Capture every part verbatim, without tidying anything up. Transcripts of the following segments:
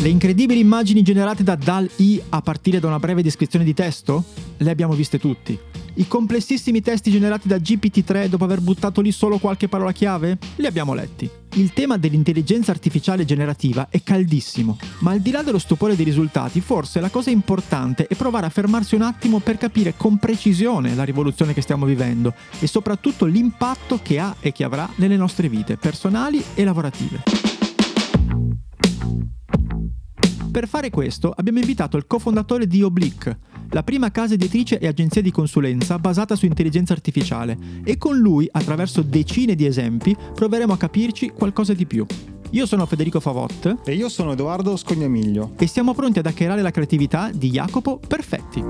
Le incredibili immagini generate da D A L-E a partire da una breve descrizione di testo? Le abbiamo viste tutti. I complessissimi testi generati da G P T tre dopo aver buttato lì solo qualche parola chiave? Li abbiamo letti. Il tema dell'intelligenza artificiale generativa è caldissimo, ma al di là dello stupore dei risultati, forse la cosa importante è provare a fermarsi un attimo per capire con precisione la rivoluzione che stiamo vivendo e soprattutto l'impatto che ha e che avrà nelle nostre vite personali e lavorative. Per fare questo abbiamo invitato il cofondatore di Oblique, la prima casa editrice e agenzia di consulenza basata su intelligenza artificiale, e con lui, attraverso decine di esempi, proveremo a capirci qualcosa di più. Io sono Federico Favot e io sono Edoardo Scognamiglio e siamo pronti ad hackerare la creatività di Jacopo Perfetti.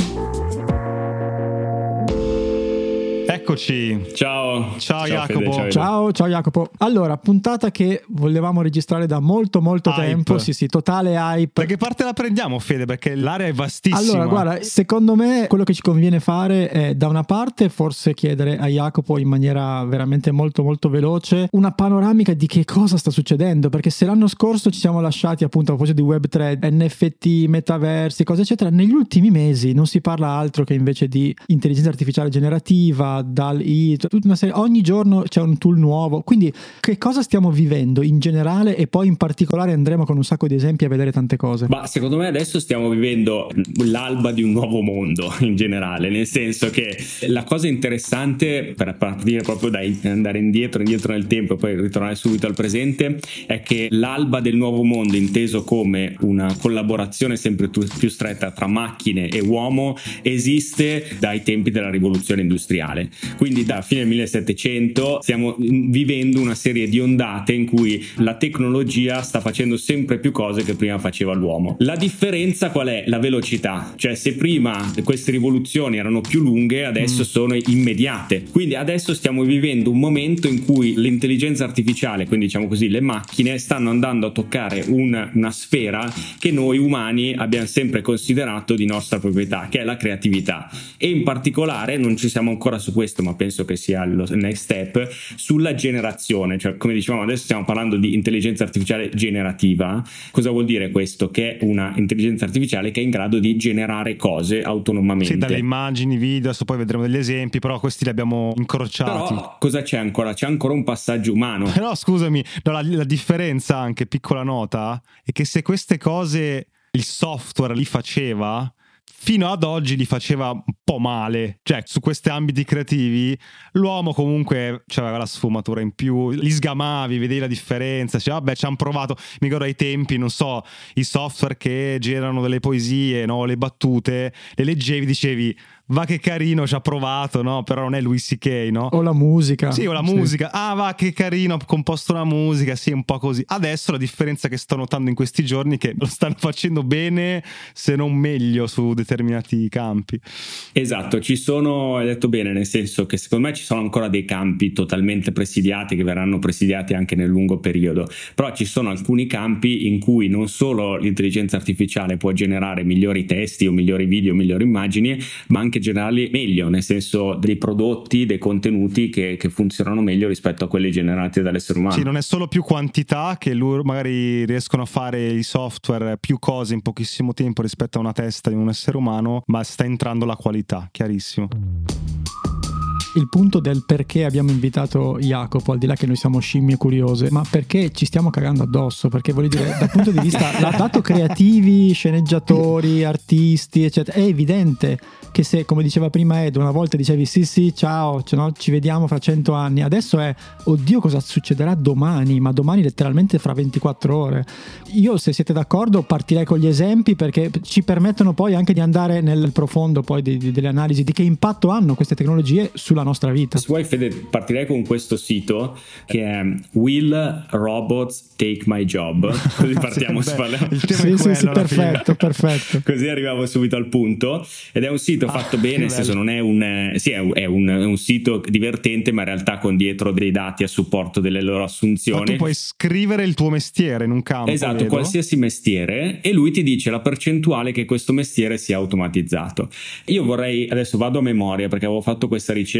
Eccoci. Ciao. Ciao, ciao Jacopo. Fede, ciao, ciao, ciao Jacopo. Allora, puntata che volevamo registrare da molto molto Hype. tempo. Sì, sì, totale hype. Da che parte la prendiamo, Fede? Perché l'area è vastissima. Allora, guarda, secondo me quello che ci conviene fare è, da una parte, forse chiedere a Jacopo in maniera veramente molto molto veloce una panoramica di che cosa sta succedendo, perché se l'anno scorso ci siamo lasciati appunto a proposito di web tre, N F T, metaversi, cose eccetera, negli ultimi mesi non si parla altro che invece di intelligenza artificiale generativa, D A L-E, tutta una serie, ogni giorno c'è un tool nuovo. Quindi che cosa stiamo vivendo in generale, e poi in particolare andremo con un sacco di esempi a vedere tante cose. Ma secondo me adesso stiamo vivendo l'alba di un nuovo mondo in generale, nel senso che la cosa interessante, per partire proprio da andare indietro indietro nel tempo e poi ritornare subito al presente, è che l'alba del nuovo mondo, inteso come una collaborazione sempre più stretta tra macchine e uomo, esiste dai tempi della rivoluzione industriale. Quindi da fine millesettecento stiamo vivendo una serie di ondate in cui la tecnologia sta facendo sempre più cose che prima faceva l'uomo. La differenza qual è? La velocità. Cioè, se prima queste rivoluzioni erano più lunghe, adesso mm. sono immediate. Quindi adesso stiamo vivendo un momento in cui l'intelligenza artificiale, quindi diciamo così le macchine, stanno andando a toccare un, una sfera che noi umani abbiamo sempre considerato di nostra proprietà, che è la creatività. E in particolare, non ci siamo ancora su questo, ma penso che sia lo next step, sulla generazione. Cioè, come dicevamo, adesso stiamo parlando di intelligenza artificiale generativa. Cosa vuol dire questo? Che è una intelligenza artificiale che è in grado di generare cose autonomamente. Sì, dalle immagini, video, adesso poi vedremo degli esempi, però questi li abbiamo incrociati. Però cosa c'è ancora? C'è ancora un passaggio umano. Però scusami, no, la, la differenza, anche piccola nota, è che se queste cose il software li faceva, fino ad oggi li faceva un po' male. Cioè, su questi ambiti creativi l'uomo comunque aveva la sfumatura in più, li sgamavi, vedevi la differenza, cioè vabbè, ci hanno provato. Mi ricordo ai tempi, non so, i software che generano delle poesie, no, le battute, le leggevi, dicevi va che carino, ci ha provato, no? Però non è Louis C K, no? O la musica. Sì, o la sì. musica. Ah, va che carino, ho composto una musica, sì, un po' così. Adesso la differenza che sto notando in questi giorni è che lo stanno facendo bene, se non meglio, su determinati campi. Esatto, ci sono, hai detto bene, nel senso che secondo me ci sono ancora dei campi totalmente presidiati, che verranno presidiati anche nel lungo periodo, però ci sono alcuni campi in cui non solo l'intelligenza artificiale può generare migliori testi o migliori video, migliori immagini, ma anche generarli meglio, nel senso dei prodotti, dei contenuti che, che funzionano meglio rispetto a quelli generati dall'essere umano. Sì, non è solo più quantità, che loro magari riescono a fare i software più cose in pochissimo tempo rispetto a una testa di un essere umano, ma sta entrando la qualità, chiarissimo. Il punto del perché abbiamo invitato Jacopo, al di là che noi siamo scimmie curiose, ma perché ci stiamo cagando addosso, perché voglio dire, dal punto di vista lato creativi, sceneggiatori, artisti eccetera, è evidente che se, come diceva prima Ed, una volta dicevi sì sì ciao, cioè, no, ci vediamo fra cento anni, adesso è oddio cosa succederà domani, ma domani letteralmente fra ventiquattro ore. Io, se siete d'accordo, partirei con gli esempi, perché ci permettono poi anche di andare nel profondo poi di, di, delle analisi di che impatto hanno queste tecnologie sulla nostra vita. Se vuoi, Fede, partirei con questo sito che è Will Robots Take My Job, così partiamo. Sì, beh, il tema sì, è sì, quello, sì, perfetto, perfetto. Così arriviamo subito al punto, ed è un sito ah, fatto bene, nel senso non è un sì, è un, è, un, è un sito divertente, ma in realtà con dietro dei dati a supporto delle loro assunzioni. Ma tu puoi scrivere il tuo mestiere in un campo, esatto, vedo. Qualsiasi mestiere, e lui ti dice la percentuale che questo mestiere sia automatizzato. Io vorrei, adesso vado a memoria perché avevo fatto questa ricerca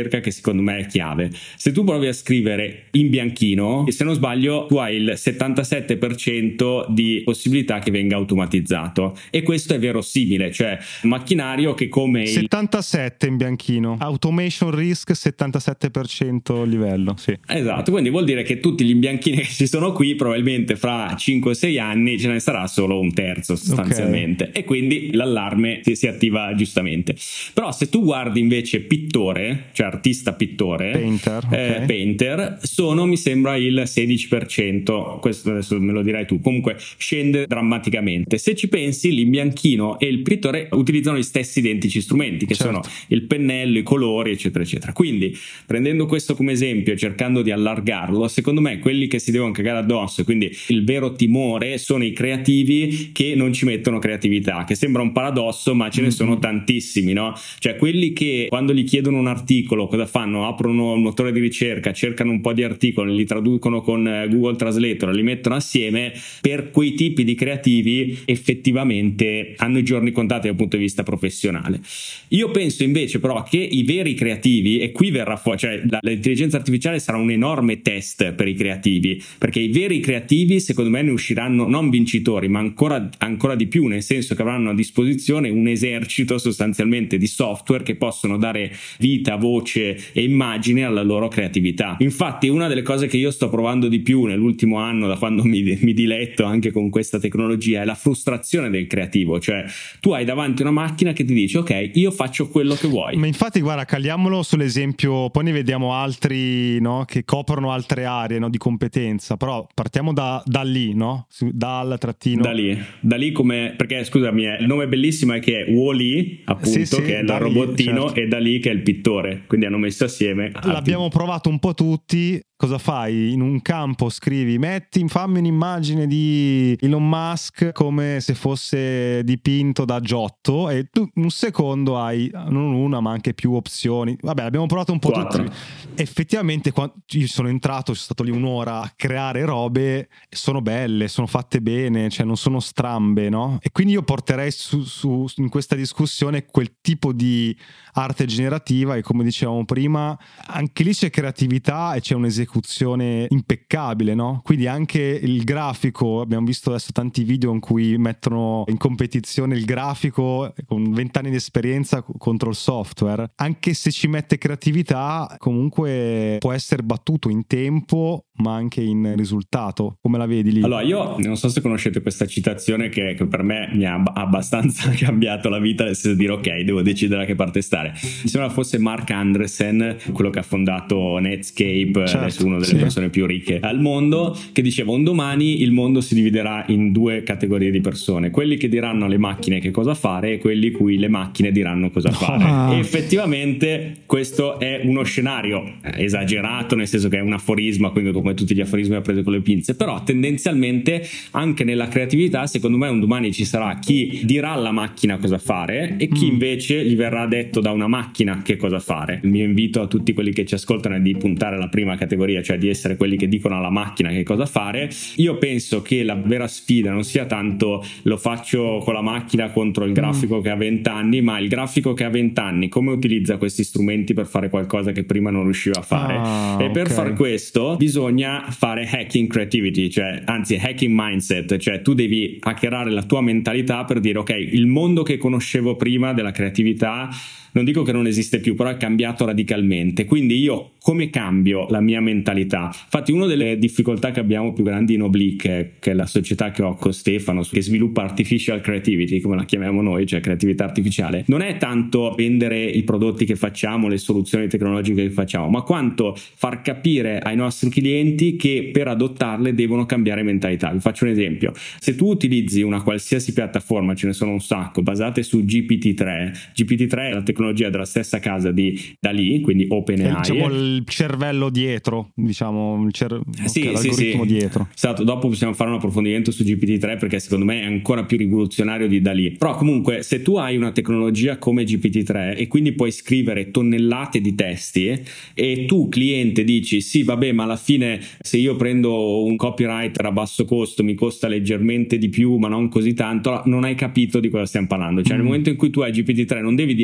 ricerca che secondo me è chiave. Se tu provi a scrivere in bianchino, e se non sbaglio tu hai il settantasette per cento di possibilità che venga automatizzato, e questo è verosimile, cioè un macchinario che come il... settantasette in bianchino, automation risk settantasette per cento livello, sì. Esatto, quindi vuol dire che tutti gli imbianchini che ci sono qui probabilmente fra cinque o sei anni ce ne sarà solo un terzo sostanzialmente, okay. E quindi l'allarme si, si attiva giustamente. Però se tu guardi invece pittore, cioè artista pittore, painter, okay. eh, painter sono mi sembra il sedici per cento, questo adesso me lo dirai tu, comunque scende drammaticamente. Se ci pensi, l'imbianchino e il pittore utilizzano gli stessi identici strumenti che certo. sono il pennello, i colori eccetera eccetera. Quindi prendendo questo come esempio, cercando di allargarlo, secondo me quelli che si devono cagare addosso, quindi il vero timore, sono i creativi che non ci mettono creatività, che sembra un paradosso ma ce ne sono tantissimi, no? Cioè quelli che quando gli chiedono un articolo cosa fanno? Aprono un motore di ricerca, cercano un po' di articoli, li traducono con Google Translator, li mettono assieme. Per quei tipi di creativi effettivamente hanno i giorni contati dal punto di vista professionale. Io penso invece però che i veri creativi, e qui verrà fuori, cioè l'intelligenza artificiale sarà un enorme test per i creativi, perché i veri creativi secondo me ne usciranno non vincitori ma ancora, ancora di più, nel senso che avranno a disposizione un esercito sostanzialmente di software che possono dare vita, voce e immagine alla loro creatività. Infatti una delle cose che io sto provando di più nell'ultimo anno, da quando mi, mi diletto anche con questa tecnologia, è la frustrazione del creativo. Cioè tu hai davanti una macchina che ti dice ok, io faccio quello che vuoi. Ma infatti guarda, caliamolo sull'esempio, poi ne vediamo altri, no, che coprono altre aree, no, di competenza, però partiamo da, da lì, no? Dal trattino da lì, da lì come, perché scusami, il nome bellissimo è che è Wall-E appunto, sì, sì, che è il robottino, certo. E da lì che è il pittore, quindi hanno messo assieme. L'abbiamo altri... provato un po' tutti. Cosa fai? In un campo scrivi metti, fammi un'immagine di Elon Musk come se fosse dipinto da Giotto, e tu in un secondo hai non una ma anche più opzioni. Vabbè, l'abbiamo provato un po' Quattro. tutti. Effettivamente quando io sono entrato, sono stato lì un'ora a creare robe, sono belle, sono fatte bene, cioè non sono strambe, no? E quindi io porterei su, su in questa discussione quel tipo di arte generativa, e come dicevamo prima anche lì c'è creatività e c'è un'esecuzione impeccabile, no? Quindi anche il grafico, abbiamo visto adesso tanti video in cui mettono in competizione il grafico con vent'anni di esperienza contro il software, anche se ci mette creatività comunque può essere battuto in tempo ma anche in risultato. Come la vedi lì? Allora io non so se conoscete questa citazione che, che per me mi ha abbastanza cambiato la vita, nel senso di dire ok, devo decidere da che parte stare. Mi sembra fosse Mark Andreessen, quello che ha fondato Netscape, certo, adesso uno delle sì. persone più ricche al mondo, che diceva un domani il mondo si dividerà in due categorie di persone: quelli che diranno alle macchine che cosa fare e quelli cui le macchine diranno cosa fare. Ah. E effettivamente questo è uno scenario esagerato, nel senso che è un aforisma, quindi come tutti gli aforismi ha preso con le pinze, però tendenzialmente anche nella creatività secondo me un domani ci sarà chi dirà alla macchina cosa fare e chi invece gli verrà detto da una macchina che cosa fare. Il mio invito a tutti quelli che ci ascoltano è di puntare alla prima categoria, cioè di essere quelli che dicono alla macchina che cosa fare. Io penso che la vera sfida non sia tanto lo faccio con la macchina contro il grafico che ha venti anni, ma il grafico che ha venti anni come utilizza questi strumenti per fare qualcosa che prima non riusciva a fare. Ah, e per okay. far questo bisogna fare hacking creativity, cioè anzi hacking mindset, cioè tu devi hackerare la tua mentalità per dire ok, il mondo che conoscevo prima della creatività non dico che non esiste più, però è cambiato radicalmente, quindi io come cambio la mia mentalità? Infatti una delle difficoltà che abbiamo più grandi in Oblique, che è la società che ho con Stefano, che sviluppa artificial creativity, come la chiamiamo noi, cioè creatività artificiale, non è tanto vendere i prodotti che facciamo, le soluzioni tecnologiche che facciamo, ma quanto far capire ai nostri clienti che per adottarle devono cambiare mentalità. Vi faccio un esempio: se tu utilizzi una qualsiasi piattaforma, ce ne sono un sacco, basate su G P T tre, G P T tre è la tecnologia della stessa casa di DALL-E, quindi OpenAI, diciamo il cervello dietro, diciamo il cer- sì, okay, sì, l'algoritmo sì. dietro. Esatto, dopo possiamo fare un approfondimento su G P T tre perché secondo me è ancora più rivoluzionario di DALL-E. Però comunque se tu hai una tecnologia come G P T tre e quindi puoi scrivere tonnellate di testi e tu cliente dici sì vabbè ma alla fine se io prendo un copywriter a basso costo mi costa leggermente di più ma non così tanto, non hai capito di cosa stiamo parlando. Cioè mm. nel momento in cui tu hai G P T tre non devi dire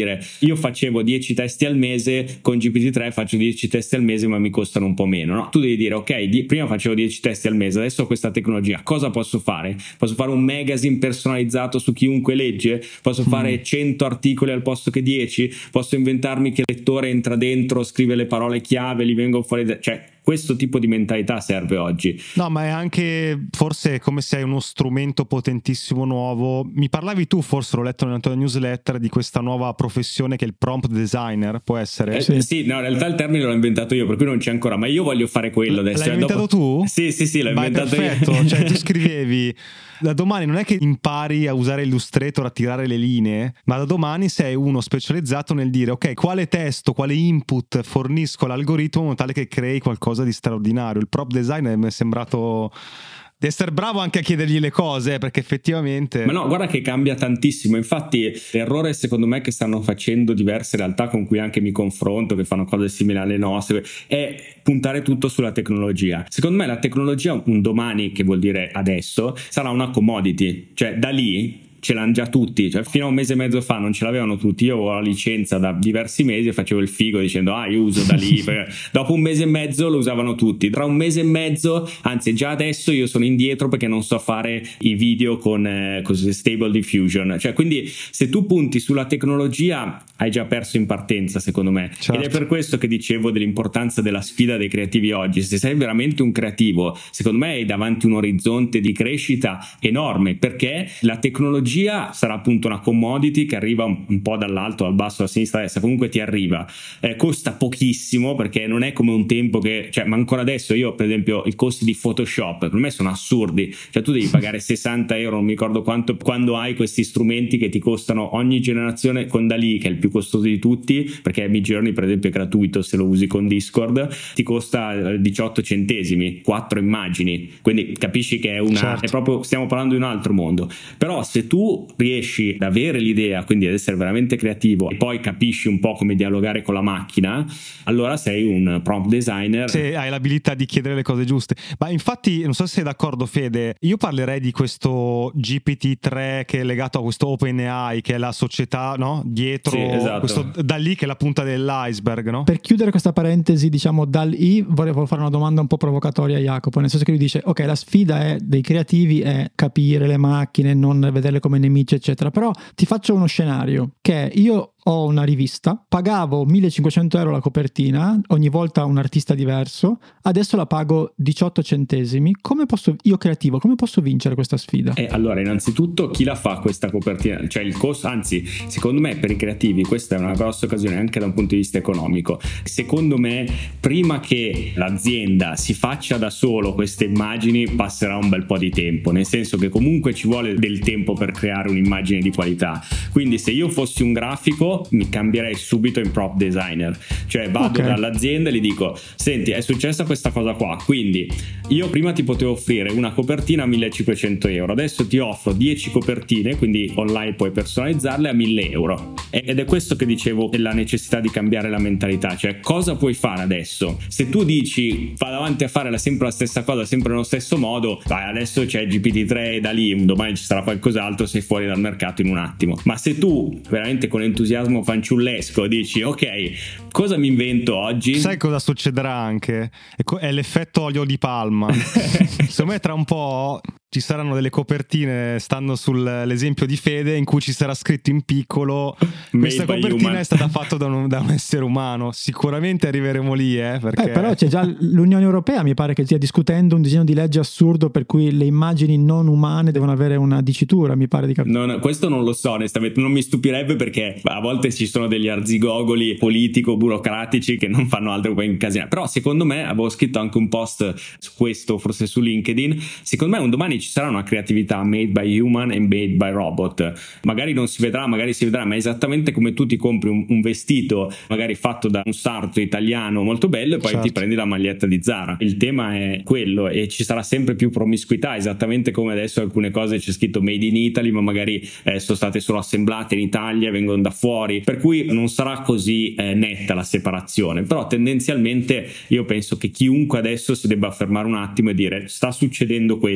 io facevo dieci testi al mese, con G P T tre faccio dieci testi al mese ma mi costano un po' meno, no? Tu devi dire ok, di, prima facevo dieci testi al mese, adesso ho questa tecnologia, cosa posso fare? Posso fare un magazine personalizzato su chiunque legge? Posso fare cento articoli al posto che dieci? Posso inventarmi che il lettore entra dentro, scrive le parole chiave, li vengono fuori da... cioè questo tipo di mentalità serve oggi. No, ma è anche forse come se hai uno strumento potentissimo nuovo. Mi parlavi tu, forse l'ho letto nella tua newsletter, di questa nuova professione che è il prompt designer, può essere? Eh, sì. sì, no, in realtà il termine l'ho inventato io, per cui non c'è ancora, ma io voglio fare quello adesso. L'hai inventato dopo... tu? Sì, sì, sì, l'ho ma inventato perfetto. io. Cioè tu scrivevi, da domani non è che impari a usare Illustrator, a tirare le linee, ma da domani sei uno specializzato nel dire ok, quale testo, quale input fornisco all'algoritmo in modo tale che crei qualcosa di straordinario. Il prop designer mi è sembrato di essere bravo anche a chiedergli le cose, perché effettivamente... Ma no, guarda che cambia tantissimo. Infatti l'errore secondo me che stanno facendo diverse realtà con cui anche mi confronto, che fanno cose simili alle nostre, è puntare tutto sulla tecnologia. Secondo me la tecnologia un domani, che vuol dire adesso, sarà una commodity, cioè da lì ce l'hanno già tutti, cioè fino a un mese e mezzo fa non ce l'avevano tutti. Io ho la licenza da diversi mesi e facevo il figo dicendo ah io uso da lì. Dopo un mese e mezzo lo usavano tutti, tra un mese e mezzo, anzi già adesso io sono indietro perché non so fare i video con eh, così, Stable Diffusion, cioè quindi se tu punti sulla tecnologia hai già perso in partenza secondo me. Certo. Ed è per questo che dicevo dell'importanza della sfida dei creativi oggi. Se sei veramente un creativo, secondo me hai davanti un orizzonte di crescita enorme, perché la tecnologia sarà appunto una commodity che arriva un, un po' dall'alto, dal basso, dalla sinistra, alla destra, comunque ti arriva, eh, costa pochissimo, perché non è come un tempo che, cioè, ma ancora adesso io per esempio i costi di Photoshop per me sono assurdi, cioè tu devi pagare sessanta euro, non mi ricordo quanto, quando hai questi strumenti che ti costano ogni generazione. Con Dalì, che è il più costoso di tutti, perché Midjourney per esempio è gratuito se lo usi con Discord, ti costa diciotto centesimi, quattro immagini, quindi capisci che è una, certo. È proprio, stiamo parlando di un altro mondo. Però se tu riesci ad avere l'idea, quindi ad essere veramente creativo, e poi capisci un po' come dialogare con la macchina, allora sei un prompt designer. Se hai l'abilità di chiedere le cose giuste. Ma infatti non so se sei d'accordo Fede, io parlerei di questo G P T tre che è legato a questo OpenAI, che è la società, no? Dietro, sì, esatto. Questo da lì che è la punta dell'iceberg, no? Per chiudere questa parentesi, diciamo, dall'I, volevo fare una domanda un po' provocatoria a Jacopo, nel senso che lui dice ok, la sfida è dei creativi è capire le macchine, non vederle come nemici eccetera, però ti faccio uno scenario che io ho una rivista, pagavo millecinquecento euro la copertina, ogni volta un artista diverso, adesso la pago diciotto centesimi. Come posso, io creativo, come posso vincere questa sfida? Eh, allora, innanzitutto chi la fa questa copertina? Cioè il costo, anzi, secondo me per i creativi questa è una grossa occasione anche da un punto di vista economico. Secondo me, prima che l'azienda si faccia da solo queste immagini, passerà un bel po' di tempo, nel senso che comunque ci vuole del tempo per creare un'immagine di qualità. Quindi se io fossi un grafico mi cambierei subito in prop designer, cioè vado okay. dall'azienda e gli dico senti è successa questa cosa qua, quindi io prima ti potevo offrire una copertina a millecinquecento euro, adesso ti offro dieci copertine, quindi online puoi personalizzarle a mille euro. Ed è questo che dicevo, la necessità di cambiare la mentalità, cioè cosa puoi fare adesso? Se tu dici vado avanti a fare sempre la stessa cosa, sempre nello stesso modo, dai adesso c'è G P T tre da lì, domani ci sarà qualcos'altro, sei fuori dal mercato in un attimo. Ma se tu veramente con entusiasmo fanciullesco dici ok, cosa mi invento oggi? Sai cosa succederà anche? È l'effetto olio di palma. Secondo me tra un po' ci saranno delle copertine, stando sull'esempio di Fede, in cui ci sarà scritto in piccolo questa copertina human. È stata fatta da un, da un essere umano. Sicuramente arriveremo lì, eh, perché... eh, però c'è già l'Unione Europea, mi pare che stia discutendo un disegno di legge assurdo per cui le immagini non umane devono avere una dicitura, mi pare di capire. No, no, questo non lo so onestamente, non mi stupirebbe, perché a volte ci sono degli arzigogoli politico-burocratici che non fanno altro che incasinare. Però secondo me, avevo scritto anche un post su questo, forse su LinkedIn, secondo me un domani ci sarà una creatività made by human and made by robot. Magari non si vedrà, magari si vedrà, ma è esattamente come tu ti compri un, un vestito magari fatto da un sarto italiano molto bello e poi certo. ti prendi la maglietta di Zara. Il tema è quello, e ci sarà sempre più promiscuità, esattamente come adesso alcune cose c'è scritto made in Italy, ma magari eh, sono state solo assemblate in Italia, vengono da fuori, per cui non sarà così eh, netta la separazione. Però tendenzialmente io penso che chiunque adesso si debba fermare un attimo e dire sta succedendo questo,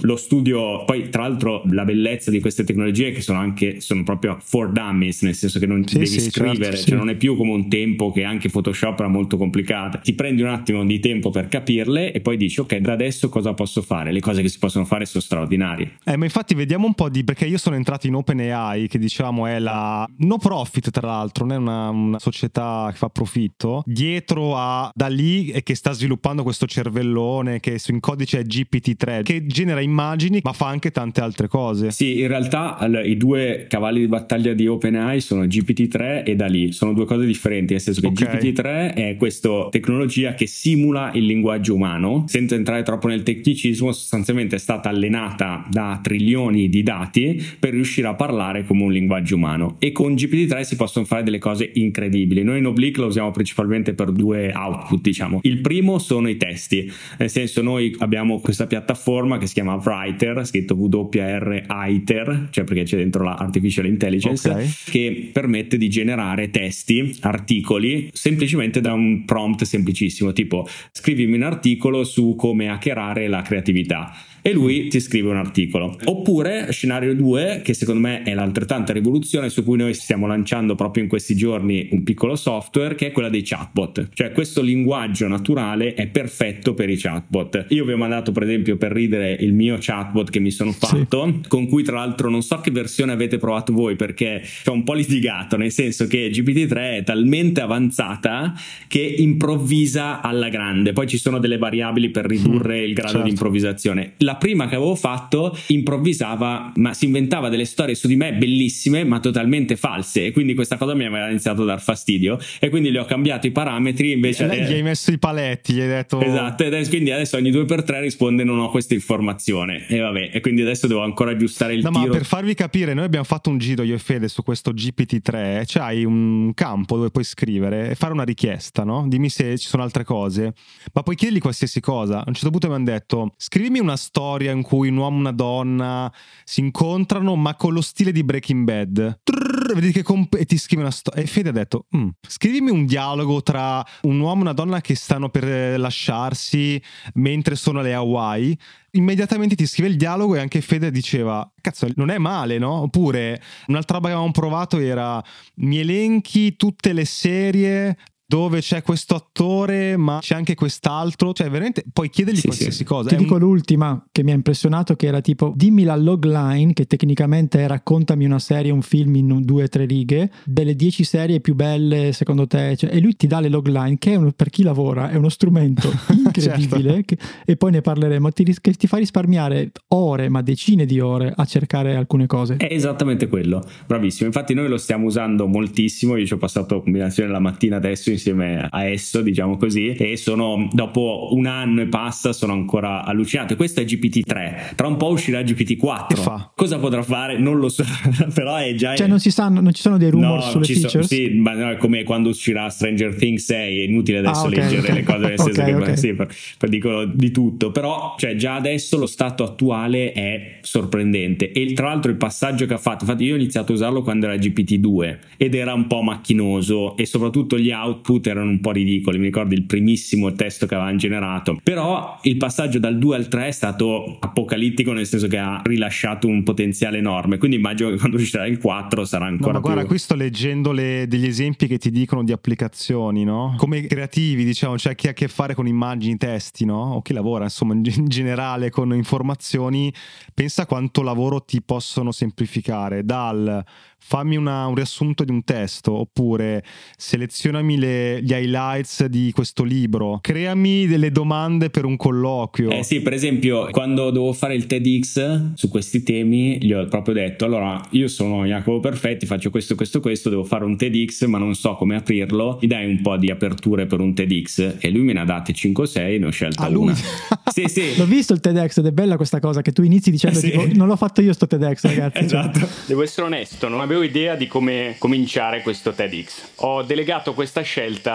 lo studio. Poi tra l'altro la bellezza di queste tecnologie è che sono anche sono proprio for dummies, nel senso che non sì, devi sì, scrivere, certo, cioè sì. non è più come un tempo che anche Photoshop era molto complicata, ti prendi un attimo di tempo per capirle e poi dici ok, da adesso cosa posso fare? Le cose che si possono fare sono straordinarie. Eh, ma infatti vediamo un po' di, perché io sono entrato in OpenAI, che diciamo è la no profit, tra l'altro, non è una, una società che fa profitto, dietro a DALL-E e che sta sviluppando questo cervellone che in codice è G P T tre, che genera immagini ma fa anche tante altre cose. Sì, in realtà allora, i due cavalli di battaglia di OpenAI sono G P T tre e DALL-E, sono due cose differenti, nel senso che Okay. G P T tre è questa tecnologia che simula il linguaggio umano, senza entrare troppo nel tecnicismo. Sostanzialmente è stata allenata da trilioni di dati per riuscire a parlare come un linguaggio umano, e con G P T tre si possono fare delle cose incredibili. Noi in Oblique lo usiamo principalmente per due output, diciamo. Il primo sono i testi, nel senso noi abbiamo questa piattaforma che si chiama Writer, scritto W R I T E R, cioè perché c'è dentro la Artificial Intelligence, Okay. che permette di generare testi, articoli, semplicemente da un prompt semplicissimo, tipo scrivimi un articolo su come hackerare la creatività, e lui ti scrive un articolo. Oppure scenario due, che secondo me è l'altrettanta rivoluzione, su cui noi stiamo lanciando proprio in questi giorni un piccolo software, che è quella dei chatbot. Cioè questo linguaggio naturale è perfetto per i chatbot. Io vi ho mandato per esempio per ridere il mio chatbot che mi sono fatto, sì, con cui tra l'altro non so che versione avete provato voi, perché c'è un po' litigato, nel senso che G P T tre è talmente avanzata che improvvisa alla grande. Poi ci sono delle variabili per ridurre il grado certo. di improvvisazione. La prima che avevo fatto improvvisava, ma si inventava delle storie su di me bellissime ma totalmente false, e quindi questa cosa mi aveva iniziato a dar fastidio, e quindi le ho cambiato i parametri. Invece Lei eh, gli hai messo i paletti, gli hai detto esatto, ed è, quindi adesso ogni due per tre risponde non ho questa informazione, e vabbè, e quindi adesso devo ancora aggiustare il no, tiro. Ma per farvi capire, noi abbiamo fatto un giro io e Fede su questo G P T tre, cioè hai un campo dove puoi scrivere e fare una richiesta, no? Dimmi se ci sono altre cose, ma puoi chiedergli qualsiasi cosa. A un certo punto mi hanno detto scrivimi una storia in cui un uomo e una donna si incontrano ma con lo stile di Breaking Bad. Trrr, vedi che comp- e ti scrive una storia. E Fede ha detto mm, scrivimi un dialogo tra un uomo e una donna che stanno per lasciarsi mentre sono alle Hawaii. Immediatamente ti scrive il dialogo, e anche Fede diceva cazzo, non è male, no? Oppure un'altra roba che avevamo provato era mi elenchi tutte le serie dove c'è questo attore ma c'è anche quest'altro, cioè veramente puoi chiedergli Sì, qualsiasi sì. cosa. Ti È dico un... l'ultima che mi ha impressionato, che era tipo dimmi la logline, che tecnicamente è raccontami una serie, un film in due o tre righe delle dieci serie più belle secondo te, cioè, e lui ti dà le logline, che è uno, per chi lavora è uno strumento incredibile. Certo. che, e poi ne parleremo, ti, che ti fa risparmiare ore, ma decine di ore a cercare alcune cose. È esattamente quello, bravissimo. Infatti noi lo stiamo usando moltissimo, io ci ho passato combinazione la mattina adesso insieme a esso, diciamo così, e sono, dopo un anno e passa, sono ancora allucinato. Questo è G P T tre, tra un po' uscirà G P T quattro. Che fa? Cosa potrà fare? Non lo so, però è già... Cioè non si sanno, non ci sono dei rumor no, sulle ci features? So, sì, ma no, è come quando uscirà Stranger Things sei, è inutile adesso ah, okay, leggere okay. le cose, nel senso okay, che okay. Sì, per, per dicono di tutto, però cioè già adesso lo stato attuale è sorprendente. E tra l'altro il passaggio che ha fatto, infatti io ho iniziato a usarlo quando era G P T due ed era un po' macchinoso e soprattutto gli output erano un po' ridicoli. Mi ricordo il primissimo testo che avevano generato, però il passaggio dal due al tre è stato apocalittico, nel senso che ha rilasciato un potenziale enorme, quindi immagino che quando uscirà il quattro sarà ancora no, ma guarda, più... qui sto leggendo le, degli esempi che ti dicono di applicazioni, no? Come creativi, diciamo, cioè chi ha a che fare con immagini, testi, no? O chi lavora insomma in generale con informazioni. Pensa quanto lavoro ti possono semplificare, dal fammi una, un riassunto di un testo, oppure selezionami le, gli highlights di questo libro, creami delle domande per un colloquio. Eh sì, per esempio quando dovevo fare il TEDx su questi temi gli ho proprio detto allora io sono Jacopo Perfetti, faccio questo questo questo, devo fare un TEDx ma non so come aprirlo, mi dai un po' di aperture per un TEDx? E lui me ne ha date cinque o sei, ne ho scelta ah, lui... una. Sì, sì. L'ho visto il TEDx ed è bella questa cosa che tu inizi dicendo eh sì. tipo non l'ho fatto io sto TEDx, ragazzi. Esatto. Devo essere onesto, non avevo idea di come cominciare questo TEDx. Ho delegato questa scelta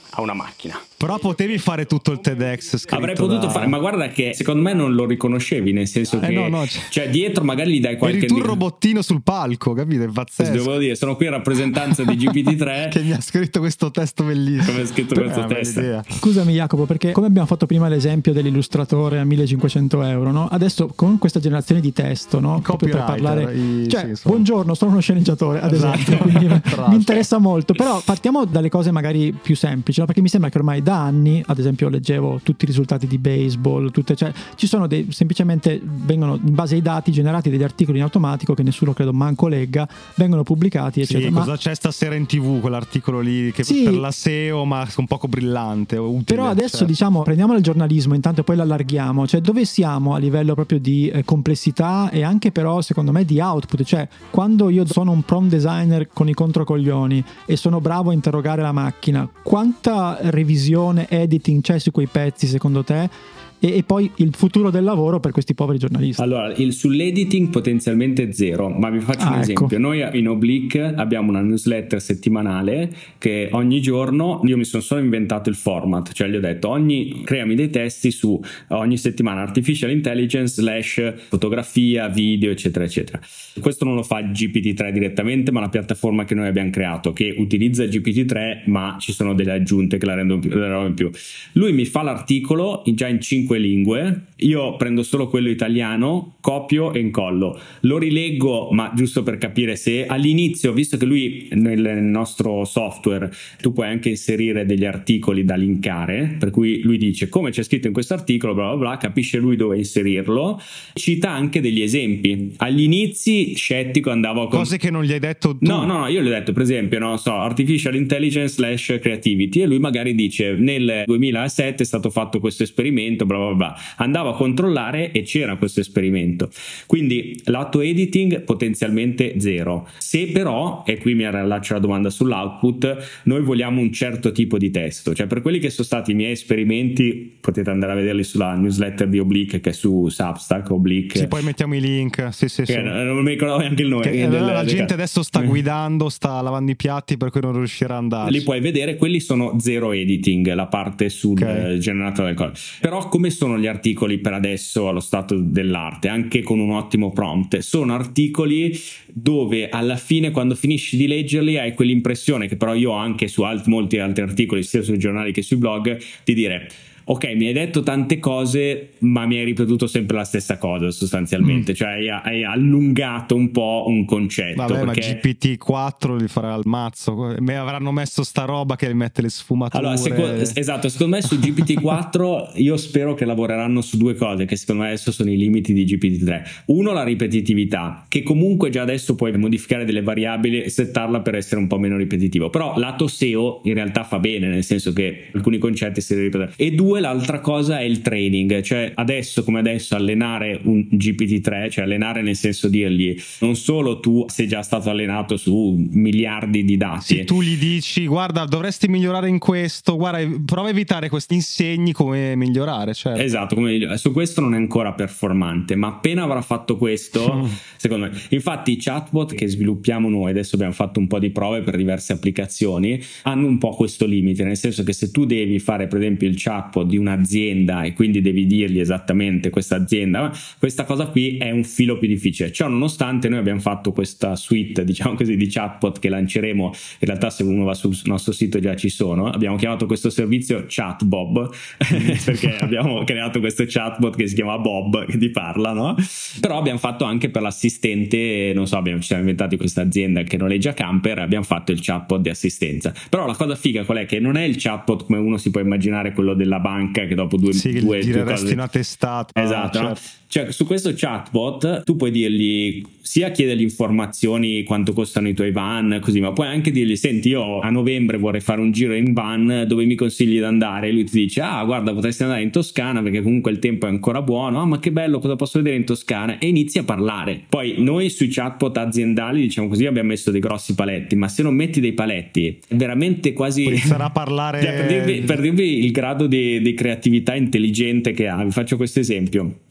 a una macchina. Però potevi fare tutto il TEDx scritto. Avrei potuto da... fare, ma guarda che secondo me non lo riconoscevi, nel senso eh che no, no, c- cioè dietro magari gli dai qualche... Eri tu il robottino sul palco, capito? È pazzesco. Devo dire, sono qui in rappresentanza di G P T tre che mi ha scritto questo testo bellissimo. Come ha scritto questo eh, testo. Scusami Jacopo, perché come abbiamo fatto prima l'esempio dell'illustratore a millecinquecento euro, no? Adesso con questa generazione di testo, no? Proprio per parlare, i... cioè sì, buongiorno, sono uno sceneggiatore ad esatto. esempio, quindi mi interessa molto. Però partiamo dalle cose magari più semplici, no? Perché mi sembra che ormai da anni, ad esempio leggevo tutti i risultati di baseball, tutte, cioè ci sono dei, semplicemente vengono in base ai dati generati degli articoli in automatico che nessuno credo manco legga, vengono pubblicati eccetera. Sì, ma cosa c'è stasera in tivù quell'articolo lì che sì, per la S E O ma un poco brillante, utile, però adesso cioè. diciamo prendiamo il giornalismo intanto e poi l'allarghiamo, cioè dove siamo a livello proprio di eh, complessità e anche però secondo me di output, cioè quando io sono un prompt designer con i controcoglioni e sono bravo a interrogare la macchina, quanta revisione, editing c'è su quei pezzi secondo te? E, e poi il futuro del lavoro per questi poveri giornalisti. Allora, il, sull'editing potenzialmente zero, ma vi faccio ah, un esempio. Ecco. Noi in Oblique abbiamo una newsletter settimanale che ogni giorno, io mi sono solo inventato il format, cioè gli ho detto ogni creami dei testi su ogni settimana artificial intelligence slash fotografia, video eccetera eccetera. Questo non lo fa G P T tre direttamente, ma la piattaforma che noi abbiamo creato che utilizza G P T tre ma ci sono delle aggiunte che la rendono più, la rendono in più. Lui mi fa l'articolo già in cinque lingue, io prendo solo quello italiano, copio e incollo, lo rileggo, ma giusto per capire se all'inizio, visto che lui nel nostro software tu puoi anche inserire degli articoli da linkare, per cui lui dice come c'è scritto in questo articolo bla bla bla, capisce lui dove inserirlo, cita anche degli esempi. Agli inizi scettico andavo a con... cose che non gli hai detto tu. no no no io gli ho detto per esempio no so artificial intelligence slash creativity e lui magari dice nel duemilasette è stato fatto questo esperimento bla bla bla, andavo a controllare e c'era questo esperimento. Quindi lato editing potenzialmente zero. Se però, e qui mi riallaccio la domanda sull'output, noi vogliamo un certo tipo di testo, cioè per quelli che sono stati i miei esperimenti potete andare a vederli sulla newsletter di Oblique che è su Substack Oblique. Sì, poi mettiamo i link. Sì, sì, sì. Non mi ricordo neanche il nome. Che, del, la del, gente del... adesso sta guidando, sta lavando i piatti per cui non riuscirà ad andare. Li puoi vedere, quelli sono zero editing, la parte sul okay. generato del codice. Però come sono gli articoli per adesso allo stato dell'arte, anche con un ottimo prompt? Sono articoli dove alla fine quando finisci di leggerli hai quell'impressione che però io ho anche su alt- molti altri articoli sia sui giornali che sui blog di dire ok, mi hai detto tante cose, ma mi hai ripetuto sempre la stessa cosa sostanzialmente, mm. cioè hai, hai allungato un po' un concetto. Vabbè, perché... ma G P T quattro li farà al mazzo, mi avranno messo sta roba che mette le sfumature. Allora, seco- esatto, secondo me su G P T quattro io spero che lavoreranno su due cose che secondo me adesso sono i limiti di G P T tre. Uno, la ripetitività, che comunque già adesso puoi modificare delle variabili e settarla per essere un po' meno ripetitivo, però lato S E O in realtà fa bene, nel senso che alcuni concetti si ripetono. E due, l'altra cosa è il training, cioè adesso come adesso allenare un G P T tre, cioè allenare nel senso dirgli non solo tu sei già stato allenato su miliardi di dati. Se tu gli dici guarda dovresti migliorare in questo, guarda prova a evitare questi insegni come migliorare, certo. Esatto, come su questo non è ancora performante, ma appena avrà fatto questo mm. secondo me, infatti i chatbot che sviluppiamo noi, adesso abbiamo fatto un po' di prove per diverse applicazioni, hanno un po' questo limite, nel senso che se tu devi fare per esempio il chatbot di un'azienda e quindi devi dirgli esattamente questa azienda, questa cosa qui è un filo più difficile. Ciò nonostante noi abbiamo fatto questa suite diciamo così di chatbot che lanceremo, in realtà se uno va sul nostro sito già ci sono, abbiamo chiamato questo servizio ChatBob perché abbiamo creato questo chatbot che si chiama Bob che ti parla, no? Però abbiamo fatto anche per l'assistente, non so, abbiamo, ci siamo inventati questa azienda che noleggia camper, abbiamo fatto il chatbot di assistenza. Però la cosa figa qual è? Che non è il chatbot come uno si può immaginare, quello della banca che dopo due, sì, due, due cose una testata. esatto, certo. no? Cioè su questo chatbot tu puoi dirgli sia chiedergli informazioni quanto costano i tuoi van così, ma puoi anche dirgli senti io a novembre vorrei fare un giro in van, dove mi consigli di andare? E lui ti dice ah guarda potresti andare in Toscana perché comunque il tempo è ancora buono, ah ma che bello, cosa posso vedere in Toscana? E inizi a parlare. Poi noi sui chatbot aziendali diciamo così abbiamo messo dei grossi paletti, ma se non metti dei paletti è veramente quasi iniziare a parlare per, dirvi, per dirvi il grado di, di creatività intelligente che ha, vi faccio questo esempio.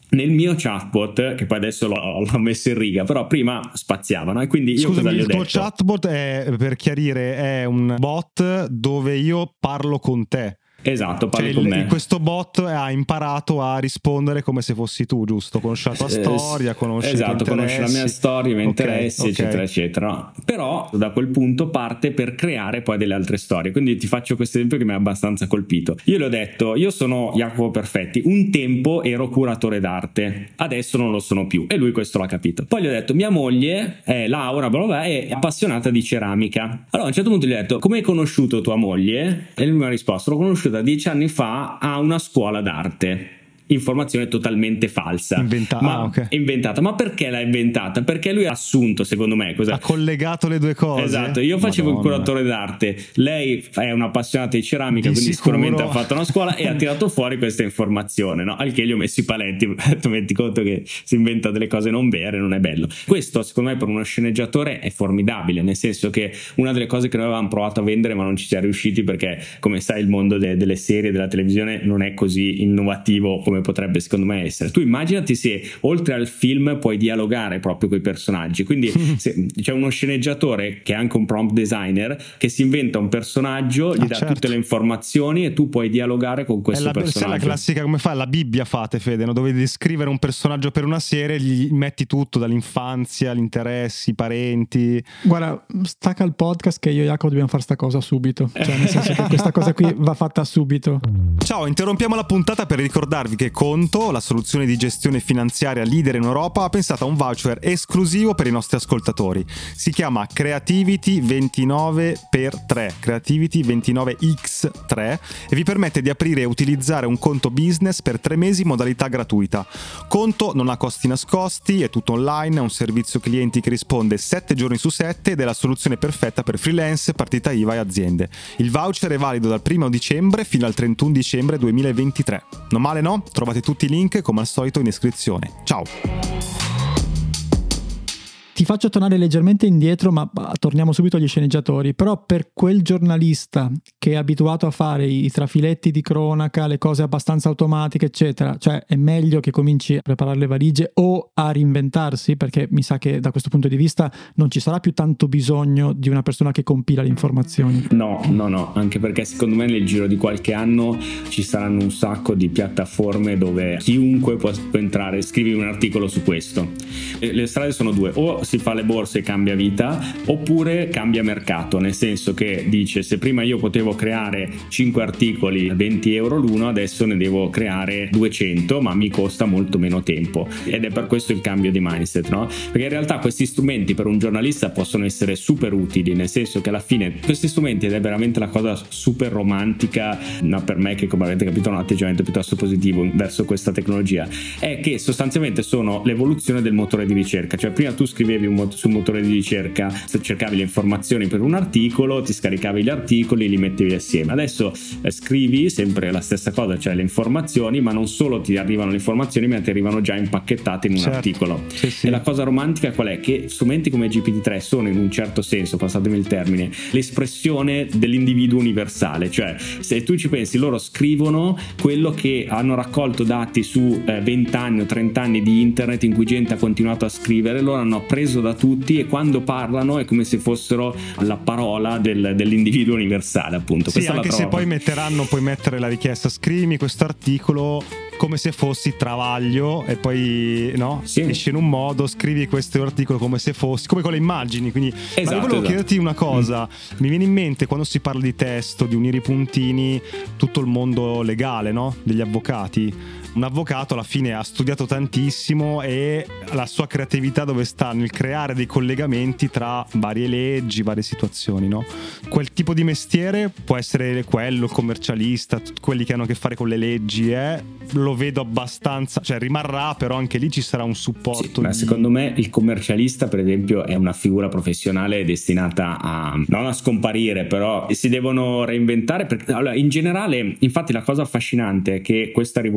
nel mio chatbot, che poi adesso l'ho, l'ho messo in riga, però prima spaziavano, e quindi io Scusami, cosa gli ho il tuo detto? chatbot è, per chiarire, è un bot dove io parlo con te. Esatto, parli cioè, con il, me. Questo bot ha imparato a rispondere come se fossi tu, giusto? Conosce la tua storia, conosce esatto, i tuoi conosce la mia storia, i miei okay, interessi, okay. eccetera, eccetera. Però da quel punto parte per creare poi delle altre storie. Quindi ti faccio questo esempio che mi ha abbastanza colpito. Io le ho detto, io sono Jacopo Perfetti, un tempo ero curatore d'arte, adesso non lo sono più, e lui questo l'ha capito. Poi gli ho detto, mia moglie è Laura, bla bla bla, è appassionata di ceramica. Allora a un certo punto gli ho detto, come hai conosciuto tua moglie? E lui mi ha risposto, l'ho conosciuta dieci anni fa a una scuola d'arte. Informazione totalmente falsa, Inventa- ma ah, okay. inventata. Ma perché l'ha inventata? Perché lui ha assunto, secondo me, cosa? Ha collegato le due cose. Esatto, io facevo Madonna. il curatore d'arte, lei è un'appassionata di ceramica, Di quindi sicuro. sicuramente ha fatto una scuola e ha tirato fuori questa informazione, no? Al che gli ho messo i paletti, tu metti conto che si inventa delle cose non vere, non è bello. Questo secondo me per uno sceneggiatore è formidabile, nel senso che una delle cose che noi avevamo provato a vendere ma non ci siamo riusciti, perché come sai il mondo de- delle serie, della televisione non è così innovativo come potrebbe secondo me essere. Tu immaginati se oltre al film puoi dialogare proprio con i personaggi, quindi se c'è uno sceneggiatore che è anche un prompt designer che si inventa un personaggio, gli ah, dà certo. tutte le informazioni e tu puoi dialogare con questo è la, personaggio. È la classica, come fa la Bibbia, fate Fede, no? Dove devi scrivere un personaggio per una serie, gli metti tutto, dall'infanzia, gli interessi, i parenti. Guarda, stacca il podcast che io e Jacopo dobbiamo fare sta cosa subito, cioè nel senso che questa cosa qui va fatta subito. Ciao, interrompiamo la puntata per ricordarvi che Conto, la soluzione di gestione finanziaria leader in Europa, ha pensato a un voucher esclusivo per i nostri ascoltatori. Si chiama Creativity ventinove per tre, Creativity ventinove per tre, e vi permette di aprire e utilizzare un conto business per tre mesi in modalità gratuita. Conto non ha costi nascosti, è tutto online, è un servizio clienti che risponde sette giorni su sette ed è la soluzione perfetta per freelance, partita I V A e aziende. Il voucher è valido dal primo dicembre fino al trentuno dicembre duemilaventitré. Non male, no? Trovate tutti i link come al solito in descrizione. Ciao! Ti faccio tornare leggermente indietro, ma torniamo subito agli sceneggiatori. Però per quel giornalista che è abituato a fare i trafiletti di cronaca, le cose abbastanza automatiche, eccetera, cioè è meglio che cominci a preparare le valigie o a reinventarsi, perché mi sa che da questo punto di vista non ci sarà più tanto bisogno di una persona che compila le informazioni. No, no, no, anche perché secondo me nel giro di qualche anno ci saranno un sacco di piattaforme dove chiunque può entrare, scrivi un articolo su questo. Le strade sono due: o si fa le borse e cambia vita, oppure cambia mercato, nel senso che dice, se prima io potevo creare cinque articoli a venti euro l'uno, adesso ne devo creare duecento, ma mi costa molto meno tempo. Ed è per questo il cambio di mindset, no? Perché in realtà questi strumenti per un giornalista possono essere super utili, nel senso che alla fine questi strumenti, ed è veramente la cosa super romantica, ma per me che come avete capito ha un atteggiamento piuttosto positivo verso questa tecnologia, è che sostanzialmente sono l'evoluzione del motore di ricerca. Cioè prima tu scrivevi un mot- sul motore di ricerca, cercavi le informazioni per un articolo, ti scaricavi gli articoli, li mettevi assieme. Adesso eh, scrivi sempre la stessa cosa, cioè le informazioni, ma non solo ti arrivano le informazioni, ma ti arrivano già impacchettate in un certo. articolo. Sì, sì. E la cosa romantica qual è? Che strumenti come G P T tre sono in un certo senso, passatemi il termine, l'espressione dell'individuo universale. Cioè se tu ci pensi, loro scrivono quello che hanno raccolto dati su eh, venti anni o trenta anni di internet in cui gente ha continuato a scrivere, loro hanno appreso da tutti e quando parlano è come se fossero la parola del, dell'individuo universale, appunto. Sì, Questa anche la se trovo. poi metteranno, puoi mettere la richiesta, scrivimi questo articolo come se fossi Travaglio, e poi no, sì. esce in un modo, scrivi questo articolo come se fossi, come con le immagini, quindi esatto, ma io volevo esatto. chiederti una cosa, mm. mi viene in mente quando si parla di testo, di unire i puntini, tutto il mondo legale, no? Degli avvocati. Un avvocato alla fine ha studiato tantissimo e la sua creatività dove sta? Nel creare dei collegamenti tra varie leggi, varie situazioni, no? Quel tipo di mestiere può essere quello, il commercialista, quelli che hanno a che fare con le leggi, eh? Lo vedo abbastanza, cioè rimarrà, però anche lì ci sarà un supporto. Sì, ma di... secondo me il commercialista, per esempio, è una figura professionale destinata a non a scomparire, però si devono reinventare, perché allora, in generale, infatti la cosa affascinante è che questa rivoluzione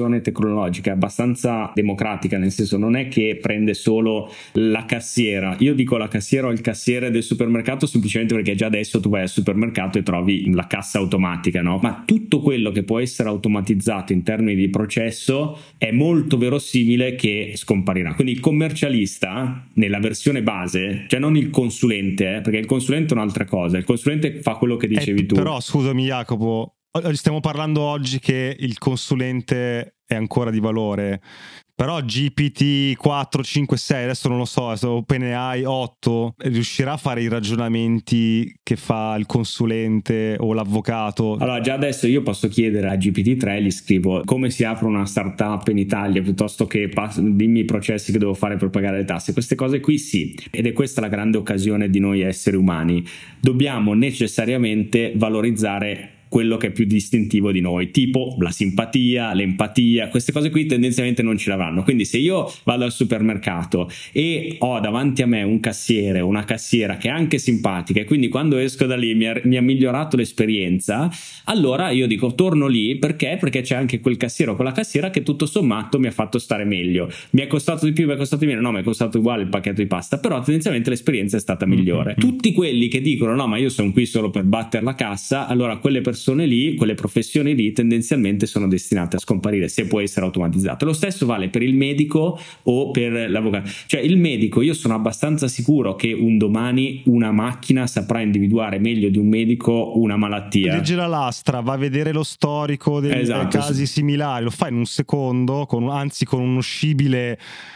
evoluzione tecnologica è abbastanza democratica, nel senso non è che prende solo la cassiera. Io dico la cassiera o il cassiere del supermercato semplicemente perché già adesso tu vai al supermercato e trovi la cassa automatica, no? Ma tutto quello che può essere automatizzato in termini di processo è molto verosimile che scomparirà. Quindi il commercialista nella versione base, cioè non il consulente, eh, perché il consulente è un'altra cosa, il consulente fa quello che dicevi eh, tu. Però scusami Jacopo, stiamo parlando oggi che il consulente è ancora di valore, però G P T quattro, cinque, sei, adesso non lo so, OpenAI otto riuscirà a fare i ragionamenti che fa il consulente o l'avvocato? Allora già adesso io posso chiedere a G P T tre, gli scrivo come si apre una startup in Italia piuttosto che pass- dimmi i processi che devo fare per pagare le tasse. Queste cose qui sì, ed è questa la grande occasione di noi esseri umani. Dobbiamo necessariamente valorizzare quello che è più distintivo di noi, tipo la simpatia, l'empatia, queste cose qui tendenzialmente non ce l'avranno. Quindi se io vado al supermercato e ho davanti a me un cassiere o una cassiera che è anche simpatica e quindi quando esco da lì mi ha, mi ha migliorato l'esperienza, allora io dico torno lì perché? Perché c'è anche quel cassiere o quella cassiera che tutto sommato mi ha fatto stare meglio. Mi è costato di più, mi è costato di meno? No, mi è costato uguale il pacchetto di pasta, però tendenzialmente l'esperienza è stata migliore. Mm-hmm. Tutti quelli che dicono no, ma io sono qui solo per battere la cassa, allora quelle persone persone lì, quelle professioni lì tendenzialmente sono destinate a scomparire se può essere automatizzate. Lo stesso vale per il medico o per l'avvocato. Cioè il medico, io sono abbastanza sicuro che un domani una macchina saprà individuare meglio di un medico una malattia. Legge la lastra, va a vedere lo storico dei esatto, casi sì. similari, lo fa in un secondo, con, anzi con uno scibile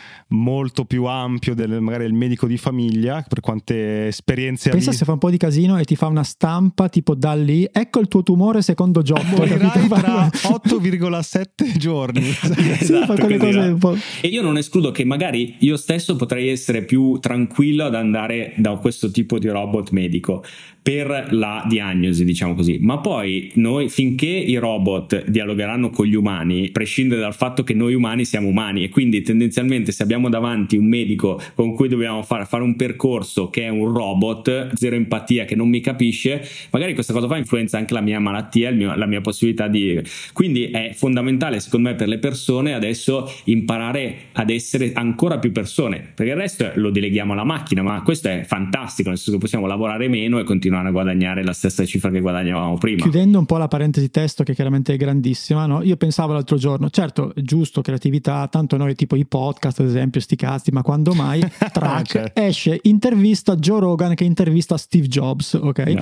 molto più ampio del magari il medico di famiglia, per quante esperienze pensa ha se fa un po' di casino e ti fa una stampa tipo da lì, ecco il tuo tumore secondo Giotto, morirai tra otto virgola sette giorni. Esatto, sì, cose un po'. E io non escludo che magari io stesso potrei essere più tranquillo ad andare da questo tipo di robot medico per la diagnosi, diciamo così, ma poi noi finché i robot dialogheranno con gli umani, prescinde dal fatto che noi umani siamo umani e quindi tendenzialmente se abbiamo davanti un medico con cui dobbiamo fare, fare un percorso che è un robot, zero empatia, che non mi capisce, magari questa cosa fa influenza anche la mia malattia, il mio, la mia possibilità di... Quindi è fondamentale secondo me per le persone adesso imparare ad essere ancora più persone, perché il resto lo deleghiamo alla macchina, ma questo è fantastico, nel senso che possiamo lavorare meno e continuare a guadagnare la stessa cifra che guadagnavamo prima. Chiudendo un po' la parentesi testo che chiaramente è grandissima, no? Io pensavo l'altro giorno, certo giusto, creatività, tanto noi tipo i podcast ad esempio, sti cazzi, ma quando mai track cioè. esce intervista Joe Rogan che intervista Steve Jobs, ok? No.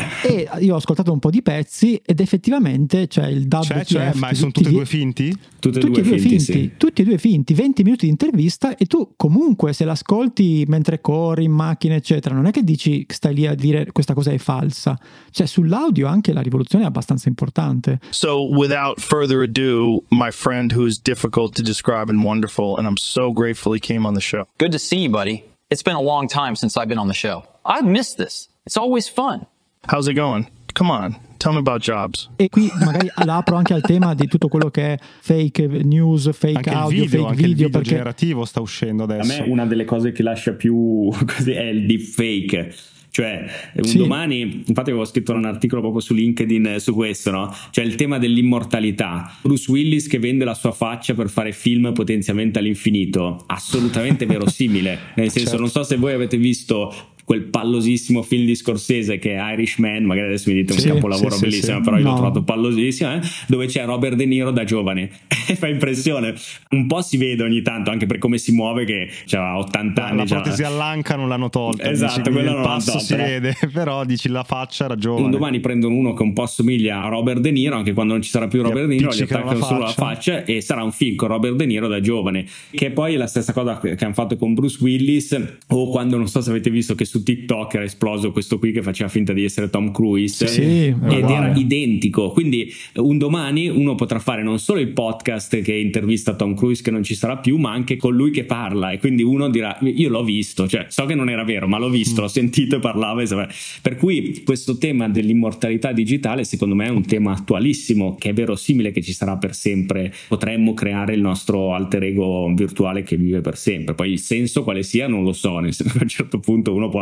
E io ho ascoltato un po' di pezzi ed effettivamente c'è il W T F, cioè, cioè, ma sono tutti e due finti? Tutte tutti e due finti, finti sì. Tutti e due finti, venti minuti di intervista e tu comunque se l'ascolti mentre corri in macchina eccetera, non è che dici stai lì a dire questa cosa è falsa, cioè sull'audio anche la rivoluzione è abbastanza importante. So without further ado, my friend who's difficult to describe and wonderful, and I'm so grateful he came on the show. Good to see you, buddy. It's been a long time since I've been on the show. I've missed this. It's always fun. How's it going? Come on, tell me about Jobs. E qui magari l'apro anche al tema di tutto quello che è fake news, fake anche audio, il video, fake anche video, il video perché generativo sta uscendo adesso. A me una delle cose che lascia più così è il deepfake. Cioè un sì. domani, infatti avevo scritto un articolo proprio su LinkedIn su questo, no? Cioè il tema dell'immortalità. Bruce Willis che vende la sua faccia per fare film potenzialmente all'infinito, assolutamente verosimile, nel senso certo. Non so se voi avete visto quel pallosissimo film di Scorsese che è Irishman, magari adesso mi dite un sì, capolavoro sì, bellissimo, sì, però io no. l'ho trovato pallosissimo, eh? Dove c'è Robert De Niro da giovane e fa impressione, un po' si vede ogni tanto anche per come si muove che ha ottanta anni, la protesi all'anca non l'hanno tolta, esatto, quella il non passo l'hanno si vede, però dici la faccia era giovane. Un domani prendono uno che un po' somiglia a Robert De Niro, anche quando non ci sarà più Robert De Niro gli attaccano la solo la faccia e sarà un film con Robert De Niro da giovane, che poi è la stessa cosa che hanno fatto con Bruce Willis, o quando non so se avete visto che su TikTok era esploso questo qui che faceva finta di essere Tom Cruise, sì, ed uguale. Era identico. Quindi un domani uno potrà fare non solo il podcast che intervista Tom Cruise che non ci sarà più, ma anche con lui che parla, e quindi uno dirà io l'ho visto, cioè so che non era vero ma l'ho visto, mm. l'ho sentito e parlava e sapeva. Per cui questo tema dell'immortalità digitale secondo me è un tema attualissimo, che è verosimile che ci sarà per sempre. Potremmo creare il nostro alter ego virtuale che vive per sempre, poi il senso quale sia non lo so, nel senso che a un certo punto uno può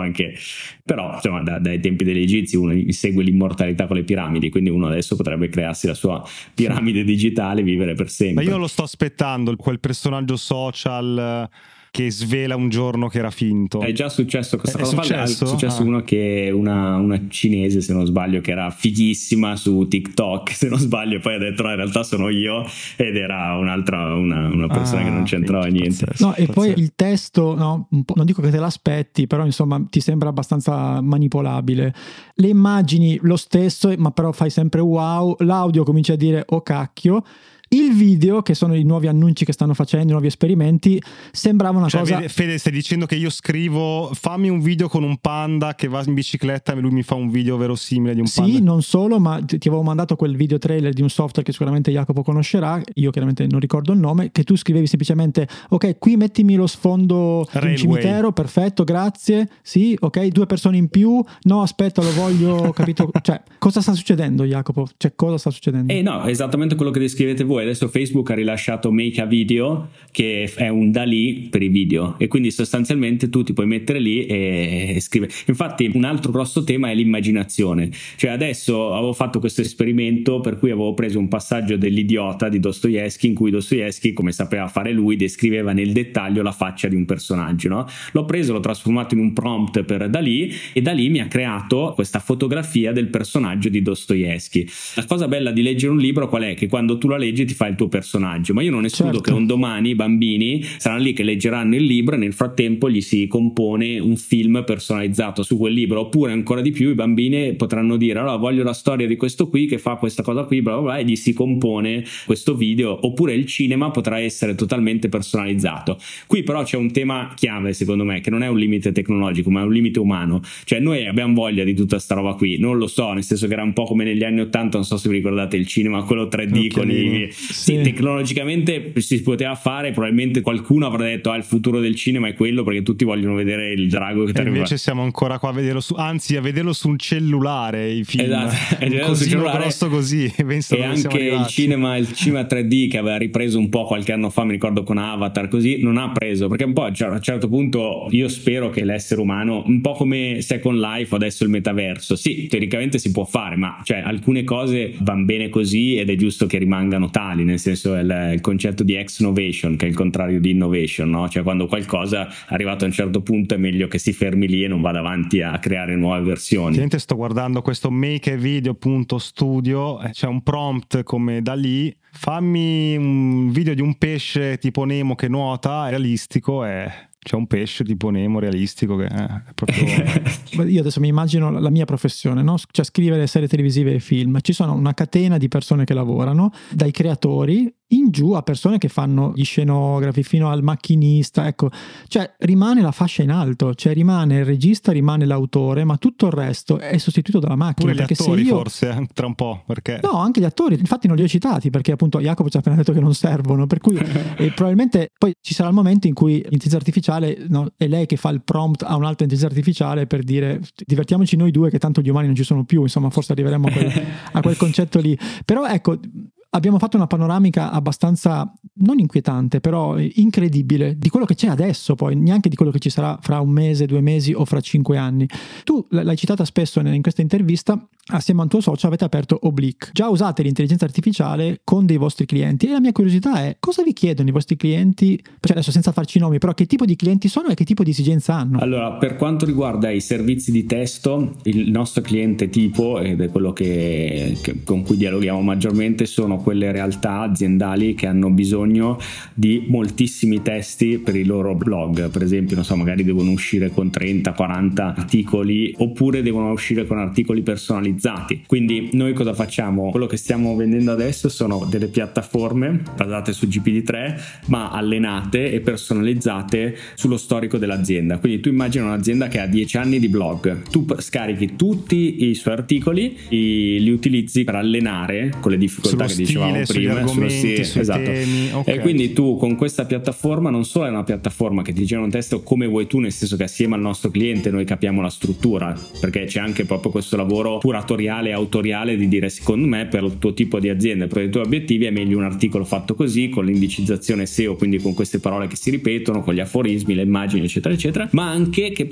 anche, però insomma da, dai tempi degli egizi uno segue l'immortalità con le piramidi, quindi uno adesso potrebbe crearsi la sua piramide digitale e vivere per sempre. Ma io lo sto aspettando, quel personaggio social che svela un giorno che era finto. È già successo questa è cosa. Successo? È successo ah. uno che una, una cinese, se non sbaglio, che era fighissima su TikTok, se non sbaglio, poi ha detto no, in realtà sono io, ed era un'altra una, una persona ah, che non c'entrava niente. Pazzesco, no, pazzesco. E poi il testo, no, un po', non dico che te l'aspetti, però insomma ti sembra abbastanza manipolabile. Le immagini lo stesso, ma però fai sempre wow. L'audio comincia a dire oh cacchio. Il video, che sono i nuovi annunci che stanno facendo, i nuovi esperimenti, sembrava una cioè, cosa... Fede, stai dicendo che io scrivo fammi un video con un panda che va in bicicletta e lui mi fa un video verosimile di un sì, panda? Sì, non solo, ma ti avevo mandato quel video trailer di un software che sicuramente Jacopo conoscerà, io chiaramente non ricordo il nome, che tu scrivevi semplicemente ok, qui mettimi lo sfondo di un cimitero, perfetto, grazie, sì, ok, due persone in più, no aspetta lo voglio, capito? Cioè, cosa sta succedendo Jacopo? Cioè, cosa sta succedendo? Eh no, esattamente quello che descrivete voi. Adesso Facebook ha rilasciato Make a Video, che è un DALL-E per i video, e quindi sostanzialmente tu ti puoi mettere lì e scrivere. Infatti un altro grosso tema è l'immaginazione, cioè adesso avevo fatto questo esperimento per cui avevo preso un passaggio dell'Idiota di Dostoevskij, in cui Dostoevskij, come sapeva fare lui, descriveva nel dettaglio la faccia di un personaggio, no? L'ho preso, l'ho trasformato in un prompt per DALL-E e DALL-E mi ha creato questa fotografia del personaggio di Dostoevskij. La cosa bella di leggere un libro qual è? Che quando tu la leggi ti fa il tuo personaggio, ma io non escludo certo. che un domani i bambini saranno lì che leggeranno il libro e nel frattempo gli si compone un film personalizzato su quel libro, oppure ancora di più i bambini potranno dire allora voglio la storia di questo qui che fa questa cosa qui bla bla bla, e gli si compone questo video. Oppure il cinema potrà essere totalmente personalizzato. Qui però c'è un tema chiave secondo me, che non è un limite tecnologico ma è un limite umano, cioè noi abbiamo voglia di tutta sta roba qui, non lo so, nel senso che era un po' come negli anni ottanta, non so se vi ricordate il cinema quello tre D okay, con i sì, sì, tecnologicamente si poteva fare, probabilmente qualcuno avrà detto ah il futuro del cinema è quello perché tutti vogliono vedere il drago che e invece siamo ancora qua a vederlo su, anzi a vederlo su un cellulare i film, esatto, un cosino grosso così e anche il cinema il cinema tre D che aveva ripreso un po' qualche anno fa, mi ricordo con Avatar così, non ha preso perché un po' cioè, a un certo punto io spero che l'essere umano, un po' come Second Life adesso il metaverso, sì teoricamente si può fare ma cioè alcune cose vanno bene così ed è giusto che rimangano tali, nel senso è il, il concetto di ex-novation che è il contrario di innovation, no? Cioè quando qualcosa è arrivato a un certo punto è meglio che si fermi lì e non vada avanti a creare nuove versioni. Niente, sto guardando questo make a video punto studio, c'è un prompt come da lì fammi un video di un pesce tipo Nemo che nuota, realistico, è c'è un pesce tipo Nemo realistico che è proprio io adesso mi immagino la mia professione, no? Cioè scrivere serie televisive e film, ci sono una catena di persone che lavorano, dai creatori in giù a persone che fanno gli scenografi fino al macchinista, ecco, cioè rimane la fascia in alto, cioè rimane il regista, rimane l'autore, ma tutto il resto è sostituito dalla macchina. Pure gli perché attori se io... forse tra un po' perché no, anche gli attori, infatti non li ho citati perché appunto Jacopo ci ha appena detto che non servono, per cui e probabilmente poi ci sarà il momento in cui l'intelligenza artificiale, no, è lei che fa il prompt a un'altra intelligenza artificiale per dire divertiamoci noi due che tanto gli umani non ci sono più, insomma forse arriveremo a quel, a quel concetto lì, però ecco abbiamo fatto una panoramica abbastanza non inquietante, però incredibile di quello che c'è adesso, poi neanche di quello che ci sarà fra un mese, due mesi o fra cinque anni. Tu l'hai citata spesso in questa intervista, assieme a un tuo socio avete aperto Oblique. Già usate l'intelligenza artificiale con dei vostri clienti e la mia curiosità è cosa vi chiedono i vostri clienti, cioè adesso senza farci nomi, però che tipo di clienti sono e che tipo di esigenza hanno? Allora, per quanto riguarda i servizi di testo, il nostro cliente tipo, ed è quello che, che con cui dialoghiamo maggiormente, sono quelle realtà aziendali che hanno bisogno di moltissimi testi per i loro blog, per esempio non so magari devono uscire con trenta quaranta articoli oppure devono uscire con articoli personalizzati, quindi noi cosa facciamo? Quello che stiamo vendendo adesso sono delle piattaforme basate su G P T tre ma allenate e personalizzate sullo storico dell'azienda, quindi tu immagina un'azienda che ha dieci anni di blog, tu scarichi tutti i suoi articoli e li utilizzi per allenare con le difficoltà sullo che dicevamo stile, prima argomenti, sui esatto. temi, okay. E quindi tu con questa piattaforma non solo è una piattaforma che ti genera un testo come vuoi tu, nel senso che assieme al nostro cliente noi capiamo la struttura, perché c'è anche proprio questo lavoro curatoriale e autoriale di dire secondo me per il tuo tipo di azienda e per i tuoi obiettivi è meglio un articolo fatto così, con l'indicizzazione S E O, quindi con queste parole che si ripetono, con gli aforismi, le immagini eccetera eccetera, ma anche che poi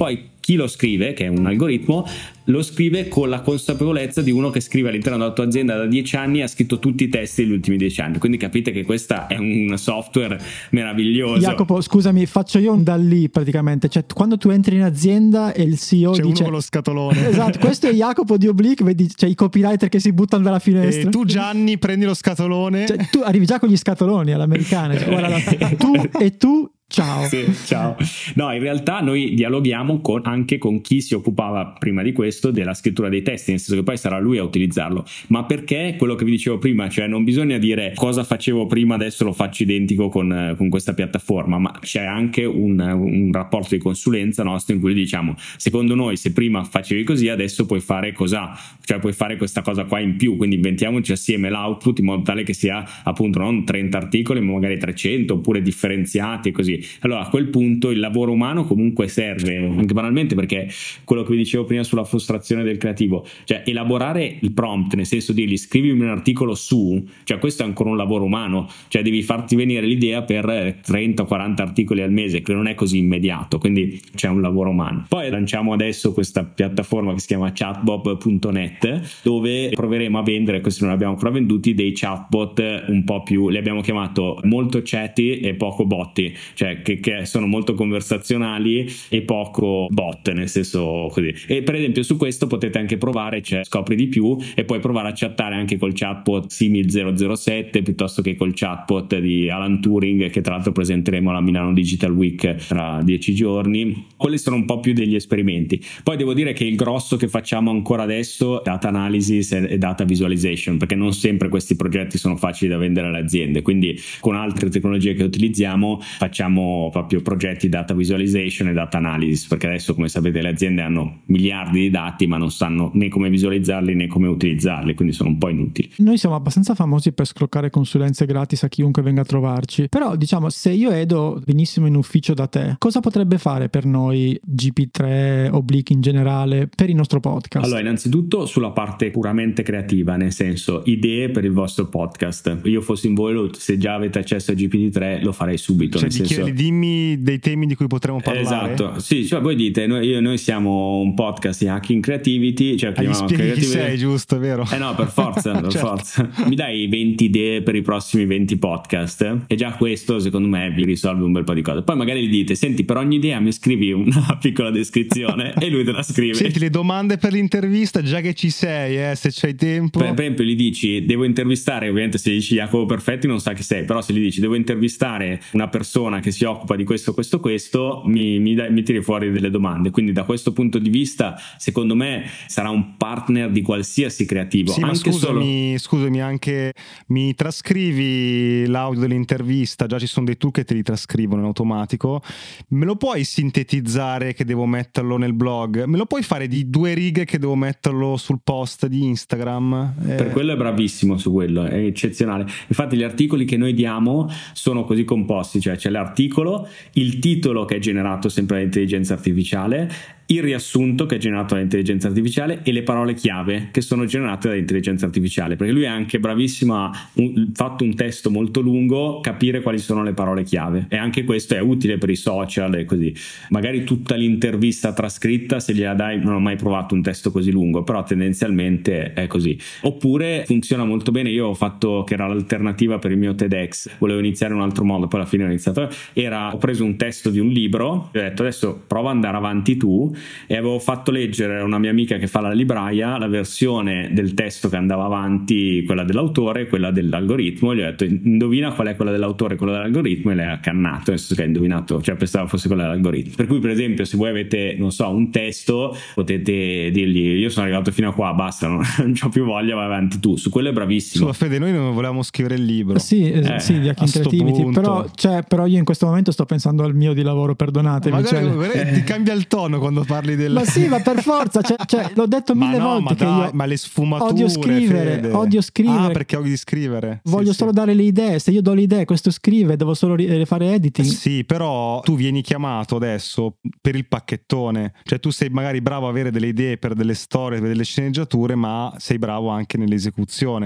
chi lo scrive, che è un algoritmo, lo scrive con la consapevolezza di uno che scrive all'interno della tua azienda da dieci anni e ha scritto tutti i testi degli ultimi dieci anni. Quindi capite che questa è un software meraviglioso. Jacopo, scusami, faccio io un da lì praticamente, cioè quando tu entri in azienda e il C E O c'è dice uno con lo scatolone. Esatto, questo è Jacopo di Oblique, vedi, c'è i copywriter che si buttano dalla finestra. E tu Gianni prendi lo scatolone, cioè, tu arrivi già con gli scatoloni all'americana, cioè, guarda, tu e tu ciao. Sì, ciao. No, in realtà noi dialoghiamo con, anche con chi si occupava prima di questo della scrittura dei testi, nel senso che poi sarà lui a utilizzarlo. Ma perché quello che vi dicevo prima, cioè non bisogna dire cosa facevo prima, adesso lo faccio identico con, con questa piattaforma, ma c'è anche un, un rapporto di consulenza nostro in cui diciamo, secondo noi se prima facevi così, adesso puoi fare cos'ha, cioè puoi fare questa cosa qua in più, quindi inventiamoci assieme l'output in modo tale che sia appunto non trenta articoli, ma magari trecento, oppure differenziati e così. Allora a quel punto il lavoro umano comunque serve, anche banalmente, perché quello che vi dicevo prima sulla frustrazione del creativo, cioè elaborare il prompt, nel senso di scrivimi un articolo su, cioè questo è ancora un lavoro umano, cioè devi farti venire l'idea per trenta o quaranta articoli al mese, che non è così immediato, quindi c'è un lavoro umano. Poi lanciamo adesso questa piattaforma che si chiama chatbob punto net, dove proveremo a vendere, questi non abbiamo ancora venduti, dei chatbot un po' più, li abbiamo chiamato molto chatty e poco botti, cioè che, che sono molto conversazionali e poco bot, nel senso così. E per esempio su questo potete anche provare, cioè scopri di più e puoi provare a chattare anche col chatbot Simil zero zero sette piuttosto che col chatbot di Alan Turing, che tra l'altro presenteremo alla Milano Digital Week tra dieci giorni. Quelli sono un po' più degli esperimenti. Poi devo dire che il grosso che facciamo ancora adesso è data analysis e data visualization, perché non sempre questi progetti sono facili da vendere alle aziende, quindi con altre tecnologie che utilizziamo facciamo proprio progetti data visualization e data analysis, perché adesso come sapete le aziende hanno miliardi di dati ma non sanno né come visualizzarli né come utilizzarli, quindi sono un po' inutili. Noi siamo abbastanza famosi per scroccare consulenze gratis a chiunque venga a trovarci, però diciamo, se io Edo venissimo in ufficio da te, cosa potrebbe fare per noi G P tre, Oblique in generale, per il nostro podcast? Allora, innanzitutto sulla parte puramente creativa, nel senso idee per il vostro podcast. Io fossi in voi, se già avete accesso a G P T tre lo farei subito, cioè, nel senso chiedi, dimmi dei temi di cui potremmo parlare. Esatto, sì, cioè voi dite noi, io, noi siamo un podcast di hacking creativity, cioè ah, gli spieghi creativity. Chi sei, giusto, vero? Eh no, per forza, per certo. forza. Mi dai venti idee per i prossimi venti podcast e già questo secondo me vi risolve un bel po' di cose. Poi magari gli dite, senti, per ogni idea mi scrivi una piccola descrizione e lui te la scrive. Senti, le domande per l'intervista, già che ci sei, eh, se c'hai tempo. Per, per esempio gli dici, devo intervistare, ovviamente se dici Jacopo Perfetti non sa chi sei, però se gli dici devo intervistare una persona che si occupa di questo, questo, questo, mi, mi, dai, mi tiri fuori delle domande. Quindi da questo punto di vista, secondo me, sarà un partner di qualsiasi creativo. Sì, anche ma scusami, solo... scusami, anche mi trascrivi l'audio dell'intervista, già ci sono dei tool che te li trascrivono in automatico. Me lo puoi sintetizzare che devo metterlo nel blog? Me lo puoi fare di due righe che devo metterlo sul post di Instagram? Eh... Per quello è bravissimo, su quello è eccezionale. Infatti gli articoli che noi diamo sono così composti, cioè c'è l'articolo, il titolo che è generato sempre dall'intelligenza artificiale, il riassunto che è generato dall'intelligenza artificiale e le parole chiave che sono generate dall'intelligenza artificiale, perché lui è anche bravissimo a un, fatto un testo molto lungo, capire quali sono le parole chiave, e anche questo è utile per i social e così. Magari tutta l'intervista trascritta, se gliela dai, non ho mai provato un testo così lungo, però tendenzialmente è così. Oppure funziona molto bene, io ho fatto, che era l'alternativa per il mio TEDx, volevo iniziare in un altro modo, poi alla fine ho iniziato, era, ho preso un testo di un libro, ho detto adesso prova ad andare avanti tu, e avevo fatto leggere a una mia amica che fa la libraia la versione del testo che andava avanti, quella dell'autore e quella dell'algoritmo. Gli ho detto indovina qual è quella dell'autore e quella dell'algoritmo, e lei ha cannato, nel senso che ha indovinato, cioè pensavo fosse quella dell'algoritmo. Per cui per esempio se voi avete, non so, un testo, potete dirgli io sono arrivato fino a qua, basta, non, non c'ho più voglia, vai avanti tu. Su quello è bravissimo. Sulla Fede, noi non volevamo scrivere il libro. Sì, eh, sì, di Hacking Creativity, però, cioè, però io in questo momento sto pensando al mio di lavoro, perdonatemi. Magari, cioè... magari ti cambia il tono quando parli del... Ma sì, ma per forza, cioè, cioè, l'ho detto mille ma no, volte ma che dai, io ma le sfumature, odio scrivere, Fede. odio scrivere. Ah, perché odi di scrivere? Voglio sì, solo sì. dare le idee, se io do le idee, questo scrive, devo solo fare editing. Sì, però tu vieni chiamato adesso per il pacchettone, cioè tu sei magari bravo a avere delle idee per delle storie, per delle sceneggiature, ma sei bravo anche nell'esecuzione.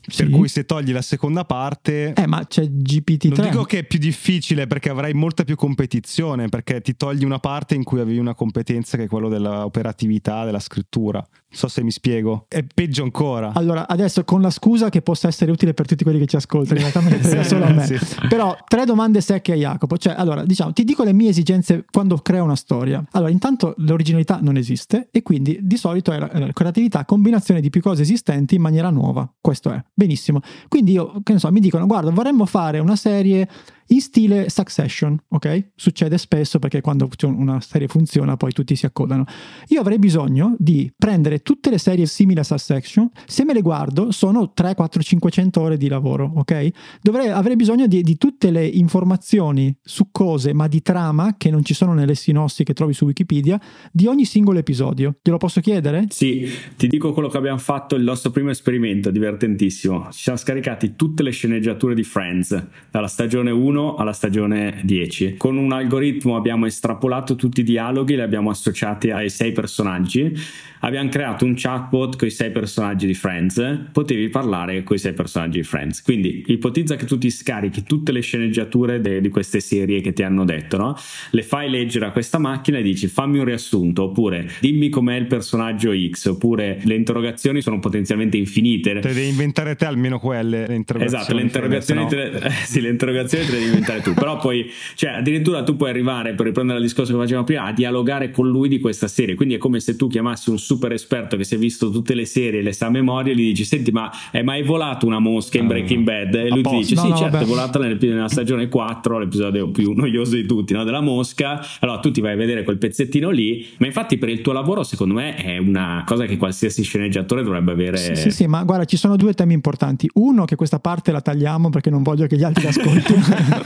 Per Sì. cui se togli la seconda parte... Eh, ma c'è G P T tre. Non dico che è più difficile perché avrai molta più competizione, perché ti togli una parte in cui avevi una competenza che è quello dell'operatività, della scrittura. Non so se mi spiego. È peggio ancora. Allora, adesso con la scusa che possa essere utile per tutti quelli che ci ascoltano, in realtà me ne frega Sì, solo a me. sì. Però tre domande secche a Jacopo. Cioè, allora, diciamo, ti dico le mie esigenze quando creo una storia. Allora, intanto l'originalità non esiste e quindi di solito è la, la creatività, combinazione di più cose esistenti in maniera nuova. Questo è. Benissimo. Quindi io, che ne so, mi dicono, guarda, vorremmo fare una serie in stile Succession, ok? Succede spesso perché quando una serie funziona poi tutti si accodano. Io avrei bisogno di prendere tutte le serie simili a Succession, se me le guardo sono tre, quattro, cinquecento ore di lavoro, ok? Dovrei, avrei bisogno di, di tutte le informazioni succose ma di trama che non ci sono nelle sinossi che trovi su Wikipedia di ogni singolo episodio. Glielo posso chiedere? Sì, ti dico quello che abbiamo fatto, il nostro primo esperimento divertentissimo. Ci siamo scaricati tutte le sceneggiature di Friends dalla stagione uno alla stagione dieci. Con un algoritmo abbiamo estrapolato tutti i dialoghi, li abbiamo associati ai sei personaggi, abbiamo creato un chatbot con i sei personaggi di Friends, potevi parlare con i sei personaggi di Friends. Quindi ipotizza che tu ti scarichi tutte le sceneggiature de- di queste serie che ti hanno detto, no? Le fai leggere a questa macchina e dici fammi un riassunto, oppure dimmi com'è il personaggio X, oppure le interrogazioni sono potenzialmente infinite. Te devi inventare te almeno quelle, le interrogazioni. Esatto, le interrogazioni, no? te le, eh, sì, le interrogazioni te le devi inventare tu, però poi, cioè, addirittura tu puoi arrivare, per riprendere il discorso che facevamo prima, a dialogare con lui di questa serie. Quindi è come se tu chiamassi un super esperto che si è visto tutte le serie, le sa a memoria, e gli dici senti, ma è mai volato una mosca in Breaking Bad? E lui ti dice No, sì, no, certo, vabbè. è volata nel- nella stagione quattro, l'episodio più noioso di tutti, no? Della mosca. Allora tu ti vai a vedere quel pezzettino lì, ma infatti per il tuo lavoro secondo me è una cosa che qualsiasi sceneggiatore dovrebbe avere. Sì, sì, sì, ma guarda, ci sono due temi importanti. Uno, che questa parte la tagliamo perché non voglio che gli altri l'ascoltino.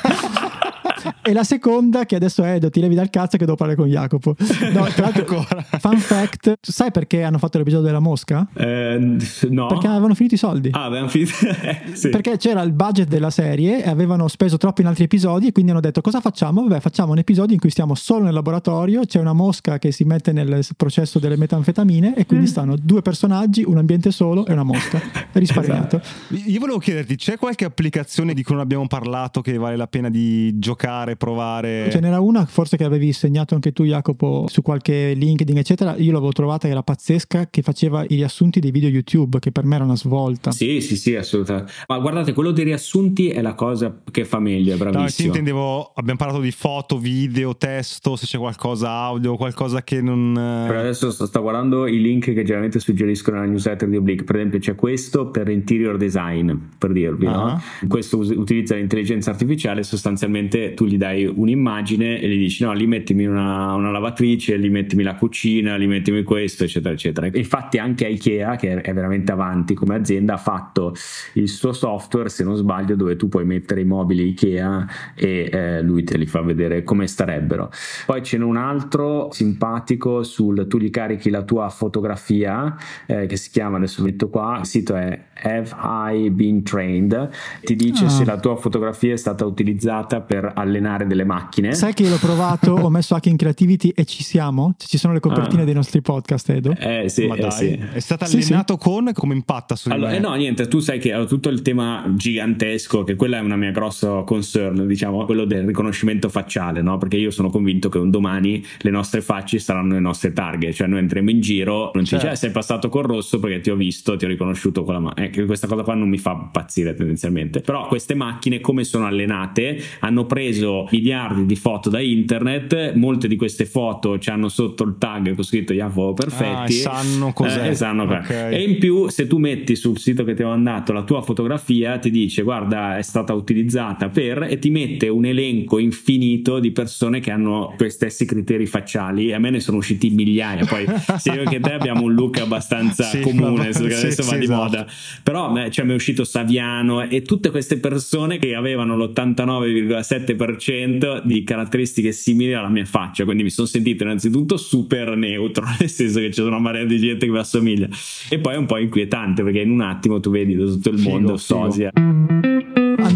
E la seconda, che adesso Edo ti levi dal cazzo che devo parlare con Jacopo. No, tra l'altro, fun fact, sai perché hanno fatto l'episodio della mosca? Eh, no. Perché avevano finito i soldi. Ah, avevano finito. Sì. Perché c'era il budget della serie e avevano speso troppo in altri episodi e quindi hanno detto cosa facciamo? Vabbè, facciamo un episodio in cui stiamo solo nel laboratorio, c'è una mosca che si mette nel processo delle metanfetamine e quindi stanno due personaggi, un ambiente solo e una mosca. È risparmiato. Io volevo chiederti, c'è qualche applicazione di cui non abbiamo parlato che vale la pena di giocare, provare? Ce n'era una forse che avevi segnato anche tu, Jacopo, su qualche LinkedIn eccetera. Io l'avevo trovata, che era pazzesca, che faceva i riassunti dei video YouTube, che per me era una svolta. Sì, sì, sì, assolutamente. Ma guardate, quello dei riassunti è la cosa che fa meglio, è No, sì, bravissimo. intendevo, abbiamo parlato di foto, video, testo, se c'è qualcosa audio, qualcosa che non... Per adesso sto, sto guardando i link che generalmente suggeriscono nella newsletter di Oblique. Per esempio c'è questo per interior design, per dirvi, Ah. no? Questo us- utilizza l'intelligenza artificiale, sostanzialmente tu gli dai un'immagine e gli dici no, lì mettimi una, una lavatrice, lì mettimi la cucina, lì mettimi questo, eccetera, eccetera. E infatti anche Ikea, che è veramente avanti come azienda, ha fatto il suo software, se non sbaglio, dove tu puoi mettere i mobili Ikea e eh, lui te li fa vedere come starebbero. Poi ce n'è un altro simpatico sul tu gli carichi la tua fotografia eh, che si chiama, adesso metto qua, il sito è Have I Been Trained, ti dice Ah. se la tua fotografia è stata utilizzata per allenare delle macchine. Sai che io l'ho provato, ho messo Hacking Creativity e ci siamo? Ci sono le copertine Ah. dei nostri podcast, Edo? Eh sì, Ma eh, dai, sì. è stato Sì, allenato con come impatta su di Allora, me? eh no, niente, tu sai che ho tutto il tema gigantesco, che quella è una mia grossa concern, diciamo, quello del riconoscimento facciale, no? Perché io sono convinto che un domani le nostre facce saranno le nostre targhe, cioè noi entriamo in giro, non ci Certo. dice, eh, sei passato col rosso perché ti ho visto, ti ho riconosciuto con la mano. Eh, che questa cosa qua non mi fa impazzire tendenzialmente. Però queste macchine, come sono allenate, hanno preso miliardi di foto da internet, molte di queste foto c'hanno sotto il tag con scritto Yahoo perfetti. Ah, e sanno cos'è. Eh, e sanno che- Ok. e in più, se tu metti sul sito che ti ho mandato la tua fotografia, ti dice guarda è stata utilizzata per, e ti mette un elenco infinito di persone che hanno quei stessi criteri facciali. A me ne sono usciti migliaia. Poi se io che te abbiamo un look abbastanza Sì, comune, vabbè, so che sì, adesso sì, va di esatto. moda, però me- cioè, mi è uscito Saviano e tutte queste persone che avevano l'ottantanove virgola sette per cento di caratteristiche simili alla mia faccia, quindi mi sono sentito innanzitutto super neutro, nel senso che c'è una marea di gente che mi assomiglia, e poi è un po' inquietante perché in un attimo tu vedi da tutto il Figo, mondo figo. sosia.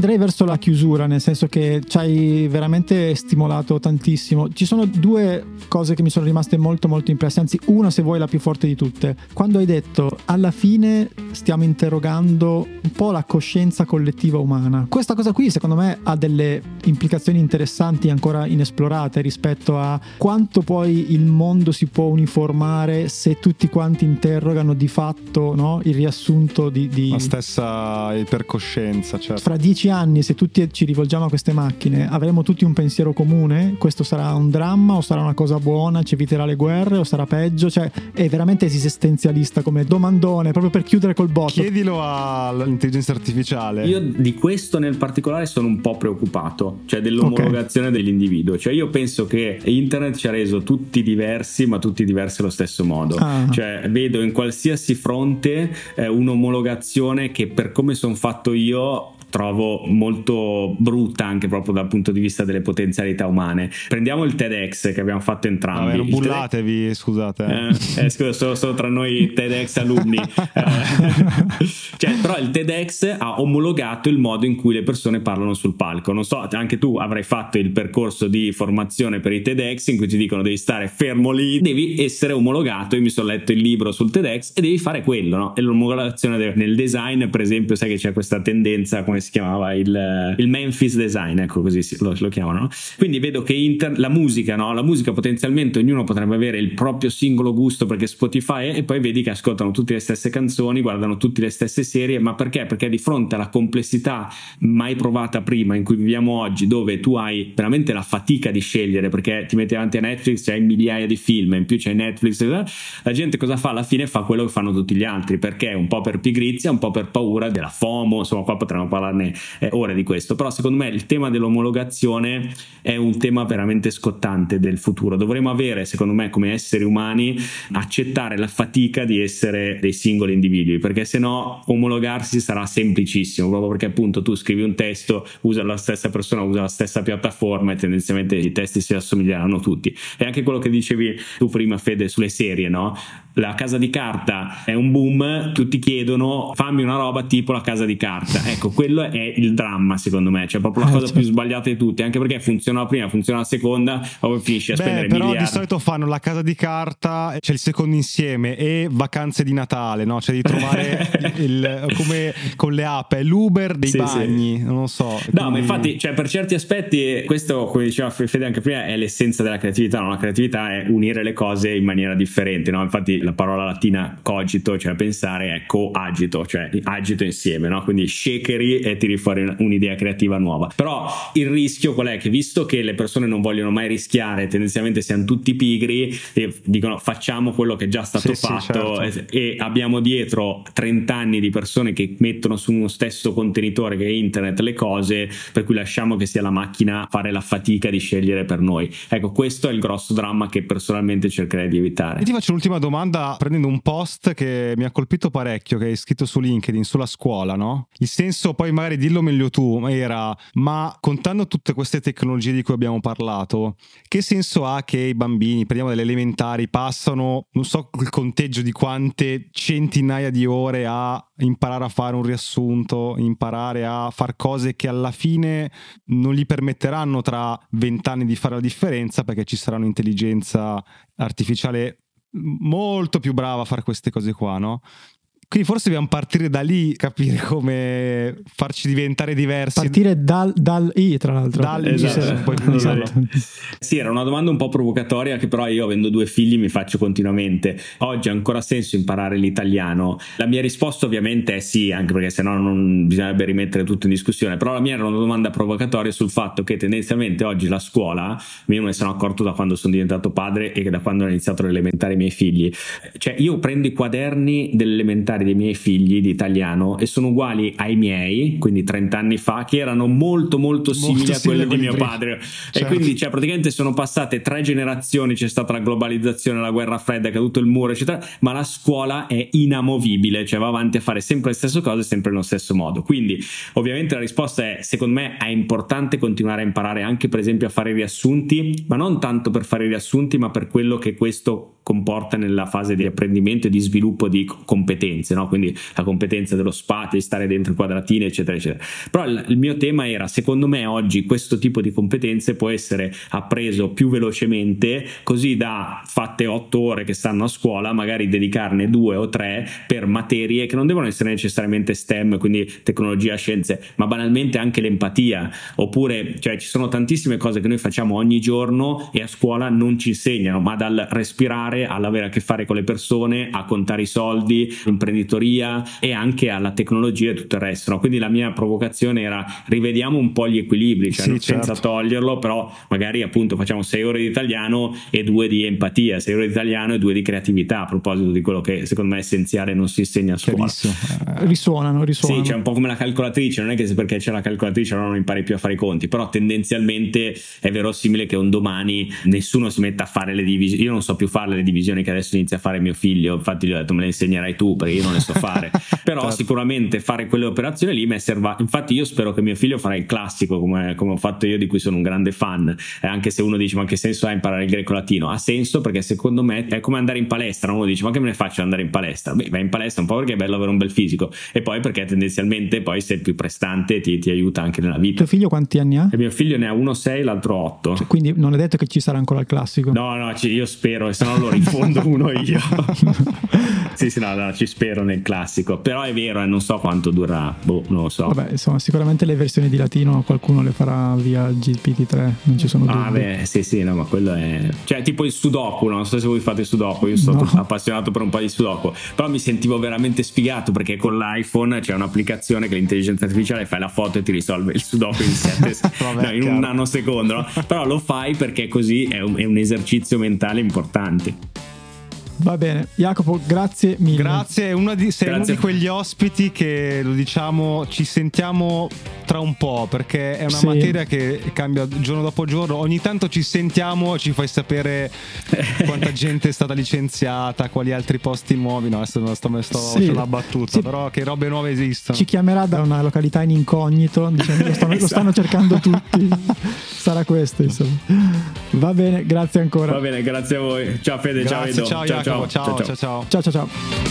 andrei verso la chiusura, nel senso che ci hai veramente stimolato tantissimo. Ci sono due cose che mi sono rimaste molto molto impresse, anzi una, se vuoi, la più forte di tutte. Quando hai detto alla fine stiamo interrogando un po' la coscienza collettiva umana, questa cosa qui secondo me ha delle implicazioni interessanti ancora inesplorate rispetto a quanto poi il mondo si può uniformare se tutti quanti interrogano di fatto, no, il riassunto di, di... la stessa ipercoscienza, certo. Fra dieci anni, se tutti ci rivolgiamo a queste macchine, avremo tutti un pensiero comune? Questo sarà un dramma o sarà una cosa buona? Ci eviterà le guerre o sarà peggio? Cioè è veramente esistenzialista come domandone, proprio per chiudere col botto. Chiedilo all'intelligenza artificiale. Io di questo nel particolare sono un po' preoccupato, cioè dell'omologazione okay. dell'individuo. Cioè io penso che internet ci ha reso tutti diversi, ma tutti diversi allo stesso modo. Ah. Cioè vedo in qualsiasi fronte eh, un'omologazione che, per come sono fatto io, trovo molto brutta anche proprio dal punto di vista delle potenzialità umane. Prendiamo il TEDx che abbiamo fatto entrambi. Vabbè, non bullatevi, TEDx... scusate. Eh, eh, scusa, solo, solo tra noi TEDx alunni. eh, cioè, però il TEDx ha omologato il modo in cui le persone parlano sul palco. Non so, anche tu avrai fatto il percorso di formazione per i TEDx in cui ti dicono devi stare fermo lì, devi essere omologato. Io mi sono letto il libro sul TEDx e devi fare quello, no? E l'omologazione de- nel design, per esempio, sai che c'è questa tendenza, come si chiamava, il, il Memphis design, ecco, così si, lo, lo chiamano. Quindi vedo che inter, la musica, no? La musica potenzialmente ognuno potrebbe avere il proprio singolo gusto perché Spotify è, e poi vedi che ascoltano tutte le stesse canzoni, guardano tutte le stesse serie. Ma perché? Perché di fronte alla complessità mai provata prima in cui viviamo oggi, dove tu hai veramente la fatica di scegliere perché ti metti davanti a Netflix, c'hai migliaia di film, in più c'hai Netflix, la gente cosa fa? Alla fine fa quello che fanno tutti gli altri, perché un po' per pigrizia, un po' per paura della FOMO. Insomma, qua potremmo parlare Eh, ore di questo, però secondo me il tema dell'omologazione è un tema veramente scottante del futuro. Dovremo avere, secondo me, come esseri umani, accettare la fatica di essere dei singoli individui, perché se no omologarsi sarà semplicissimo, proprio perché appunto tu scrivi un testo, usa la stessa persona, usa la stessa piattaforma e tendenzialmente i testi si assomiglieranno tutti. E anche quello che dicevi tu prima, Fede, sulle serie, no? La Casa di Carta è un boom, tutti chiedono fammi una roba tipo La Casa di Carta. Ecco, quello è il dramma, secondo me, cioè proprio la cosa più sbagliata di tutte, anche perché funziona la prima, funziona la seconda, poi finisce a Beh, spendere però miliardi. Di solito fanno La Casa di Carta, c'è il secondo insieme e Vacanze di Natale, no? Cioè di trovare il, come con le app, è l'Uber dei sì, bagni, sì. Non so. No, quindi... ma infatti, cioè per certi aspetti questo, come diceva Fede anche prima, è l'essenza della creatività, no? La creatività è unire le cose in maniera differente, no? Infatti la parola latina cogito, cioè pensare, è coagito, cioè agito insieme, no? Quindi shakeri e tiri fuori un'idea creativa nuova. Però il rischio qual è? Che visto che le persone non vogliono mai rischiare, tendenzialmente siamo tutti pigri e dicono facciamo quello che è già stato sì, fatto, sì, certo. E abbiamo dietro trenta anni di persone che mettono su uno stesso contenitore che è internet le cose, per cui lasciamo che sia la macchina a fare la fatica di scegliere per noi. Ecco, questo è il grosso dramma che personalmente cercherei di evitare. E ti faccio l'ultima domanda prendendo un post che mi ha colpito parecchio, che hai scritto su LinkedIn sulla scuola, no? Il senso, poi magari dillo meglio tu, era: ma contando tutte queste tecnologie di cui abbiamo parlato, che senso ha che i bambini, parliamo delle elementari, passano, non so il conteggio di quante centinaia di ore a imparare a fare un riassunto, imparare a far cose che alla fine non gli permetteranno tra vent'anni di fare la differenza, perché ci sarà un'intelligenza artificiale molto più brava a fare queste cose qua, no? Quindi forse dobbiamo partire da lì, capire come farci diventare diversi. Partire dal, dal I, tra l'altro. Dal, esatto. esatto. Sì, era una domanda un po' provocatoria che però io, avendo due figli, mi faccio continuamente. Oggi ha ancora senso imparare l'italiano? La mia risposta ovviamente è sì, anche perché sennò non bisognerebbe rimettere tutto in discussione, però la mia era una domanda provocatoria sul fatto che tendenzialmente oggi la scuola, io me ne sono accorto da quando sono diventato padre e da quando hanno iniziato l'elementare i miei figli, cioè io prendo i quaderni dell'elementare dei miei figli di italiano e sono uguali ai miei, quindi trenta anni fa, che erano molto molto simili molto a quelli di mio padre, certo. E quindi cioè praticamente sono passate tre generazioni, c'è stata la globalizzazione, la guerra fredda, è caduto il muro eccetera, ma la scuola è inamovibile, cioè va avanti a fare sempre le stesse cose sempre nello stesso modo. Quindi ovviamente la risposta è, secondo me è importante continuare a imparare anche per esempio a fare i riassunti, ma non tanto per fare i riassunti ma per quello che questo comporta nella fase di apprendimento e di sviluppo di competenze, no? Quindi la competenza dello spazio, di stare dentro i quadratini, eccetera eccetera. Però il, il mio tema era, secondo me oggi questo tipo di competenze può essere appreso più velocemente, così da, fatte otto ore che stanno a scuola, magari dedicarne due o tre per materie che non devono essere necessariamente STEM, quindi tecnologia, scienze, ma banalmente anche l'empatia, oppure, cioè, ci sono tantissime cose che noi facciamo ogni giorno e a scuola non ci insegnano, ma dal respirare all'avere a che fare con le persone, a contare i soldi, imprenditoria e anche alla tecnologia e tutto il resto, no? Quindi la mia provocazione era: rivediamo un po' gli equilibri, cioè sì, non, senza certo. toglierlo, però magari appunto facciamo sei ore di italiano e due di empatia, sei ore di italiano e due di creatività, a proposito di quello che secondo me è essenziale, non si insegna a scuola. Eh, risuonano, risuonano. Sì, c'è un po' come la calcolatrice, non è che se perché c'è la calcolatrice allora non impari più a fare i conti, però tendenzialmente è verosimile che un domani nessuno si metta a fare le divisioni. Io non so più fare le divisioni che adesso inizia a fare mio figlio, infatti gli ho detto me le insegnerai tu perché io non le so fare, però certo. Sicuramente fare quelle operazioni lì mi è serva. Infatti io spero che mio figlio farà il classico come, come ho fatto io, di cui sono un grande fan, eh, anche se uno dice ma che senso ha imparare il greco latino? Ha senso perché secondo me è come andare in palestra, uno dice ma che me ne faccio ad andare in palestra? Beh, vai in palestra un po' perché è bello avere un bel fisico e poi perché tendenzialmente poi sei più prestante, ti, ti aiuta anche nella vita. Tuo figlio quanti anni ha? E mio figlio ne ha uno sei, l'altro otto. Cioè, quindi non è detto che ci sarà ancora il classico. No, no, ci, io spero, e se no lo rifondo uno io. Sì, sì, no, no, ci spero nel classico. Però è vero, eh, non so quanto durerà, boh, non lo so. Vabbè, insomma, sicuramente le versioni di latino qualcuno le farà via G P T tre, non ci sono dubbi. Ah, beh, sì, sì, no, ma quello è... Cioè, tipo il Sudoku, non so se voi fate Sudoku, io sono No. appassionato per un po' di Sudoku, però mi sentivo veramente sfigato perché con l'iPhone c'è un'applicazione che l'intelligenza artificiale fai la foto e ti risolve il Sudoku in sette Vabbè, no, in un nanosecondo, no? Però lo fai perché così è un, è un esercizio mentale importante. Va bene, Jacopo, grazie mille. Grazie, è uno di, sei Grazie. uno di quegli ospiti che, lo diciamo, ci sentiamo tra un po', perché è una Sì. materia che cambia giorno dopo giorno. Ogni tanto ci sentiamo, ci fai sapere quanta gente è stata licenziata, quali altri posti nuovi. No, adesso sto, sto, sto Sì. c'è una battuta, Sì. però che robe nuove esistono. Ci chiamerà da una località in incognito, dicendo lo stanno, lo stanno cercando tutti. Sarà questo, insomma. Va bene, grazie ancora. Va bene, grazie a voi. Ciao Fede, ciao Grazie, Edo. ciao Jacopo, ciao ciao ciao. Ciao ciao ciao.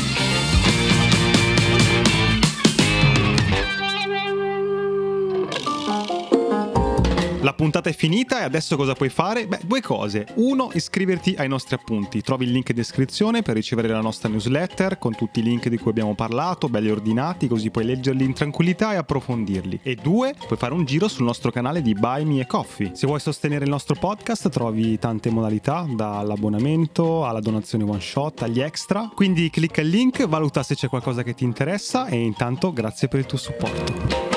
La puntata è finita e adesso cosa puoi fare? Beh, due cose. Uno, iscriverti ai nostri appunti. Trovi il link in descrizione per ricevere la nostra newsletter con tutti i link di cui abbiamo parlato, belli ordinati, così puoi leggerli in tranquillità e approfondirli. E due, puoi fare un giro sul nostro canale di Buy Me a Coffee. Se vuoi sostenere il nostro podcast trovi tante modalità, dall'abbonamento alla donazione one shot agli extra. Quindi clicca il link, valuta se c'è qualcosa che ti interessa e intanto grazie per il tuo supporto.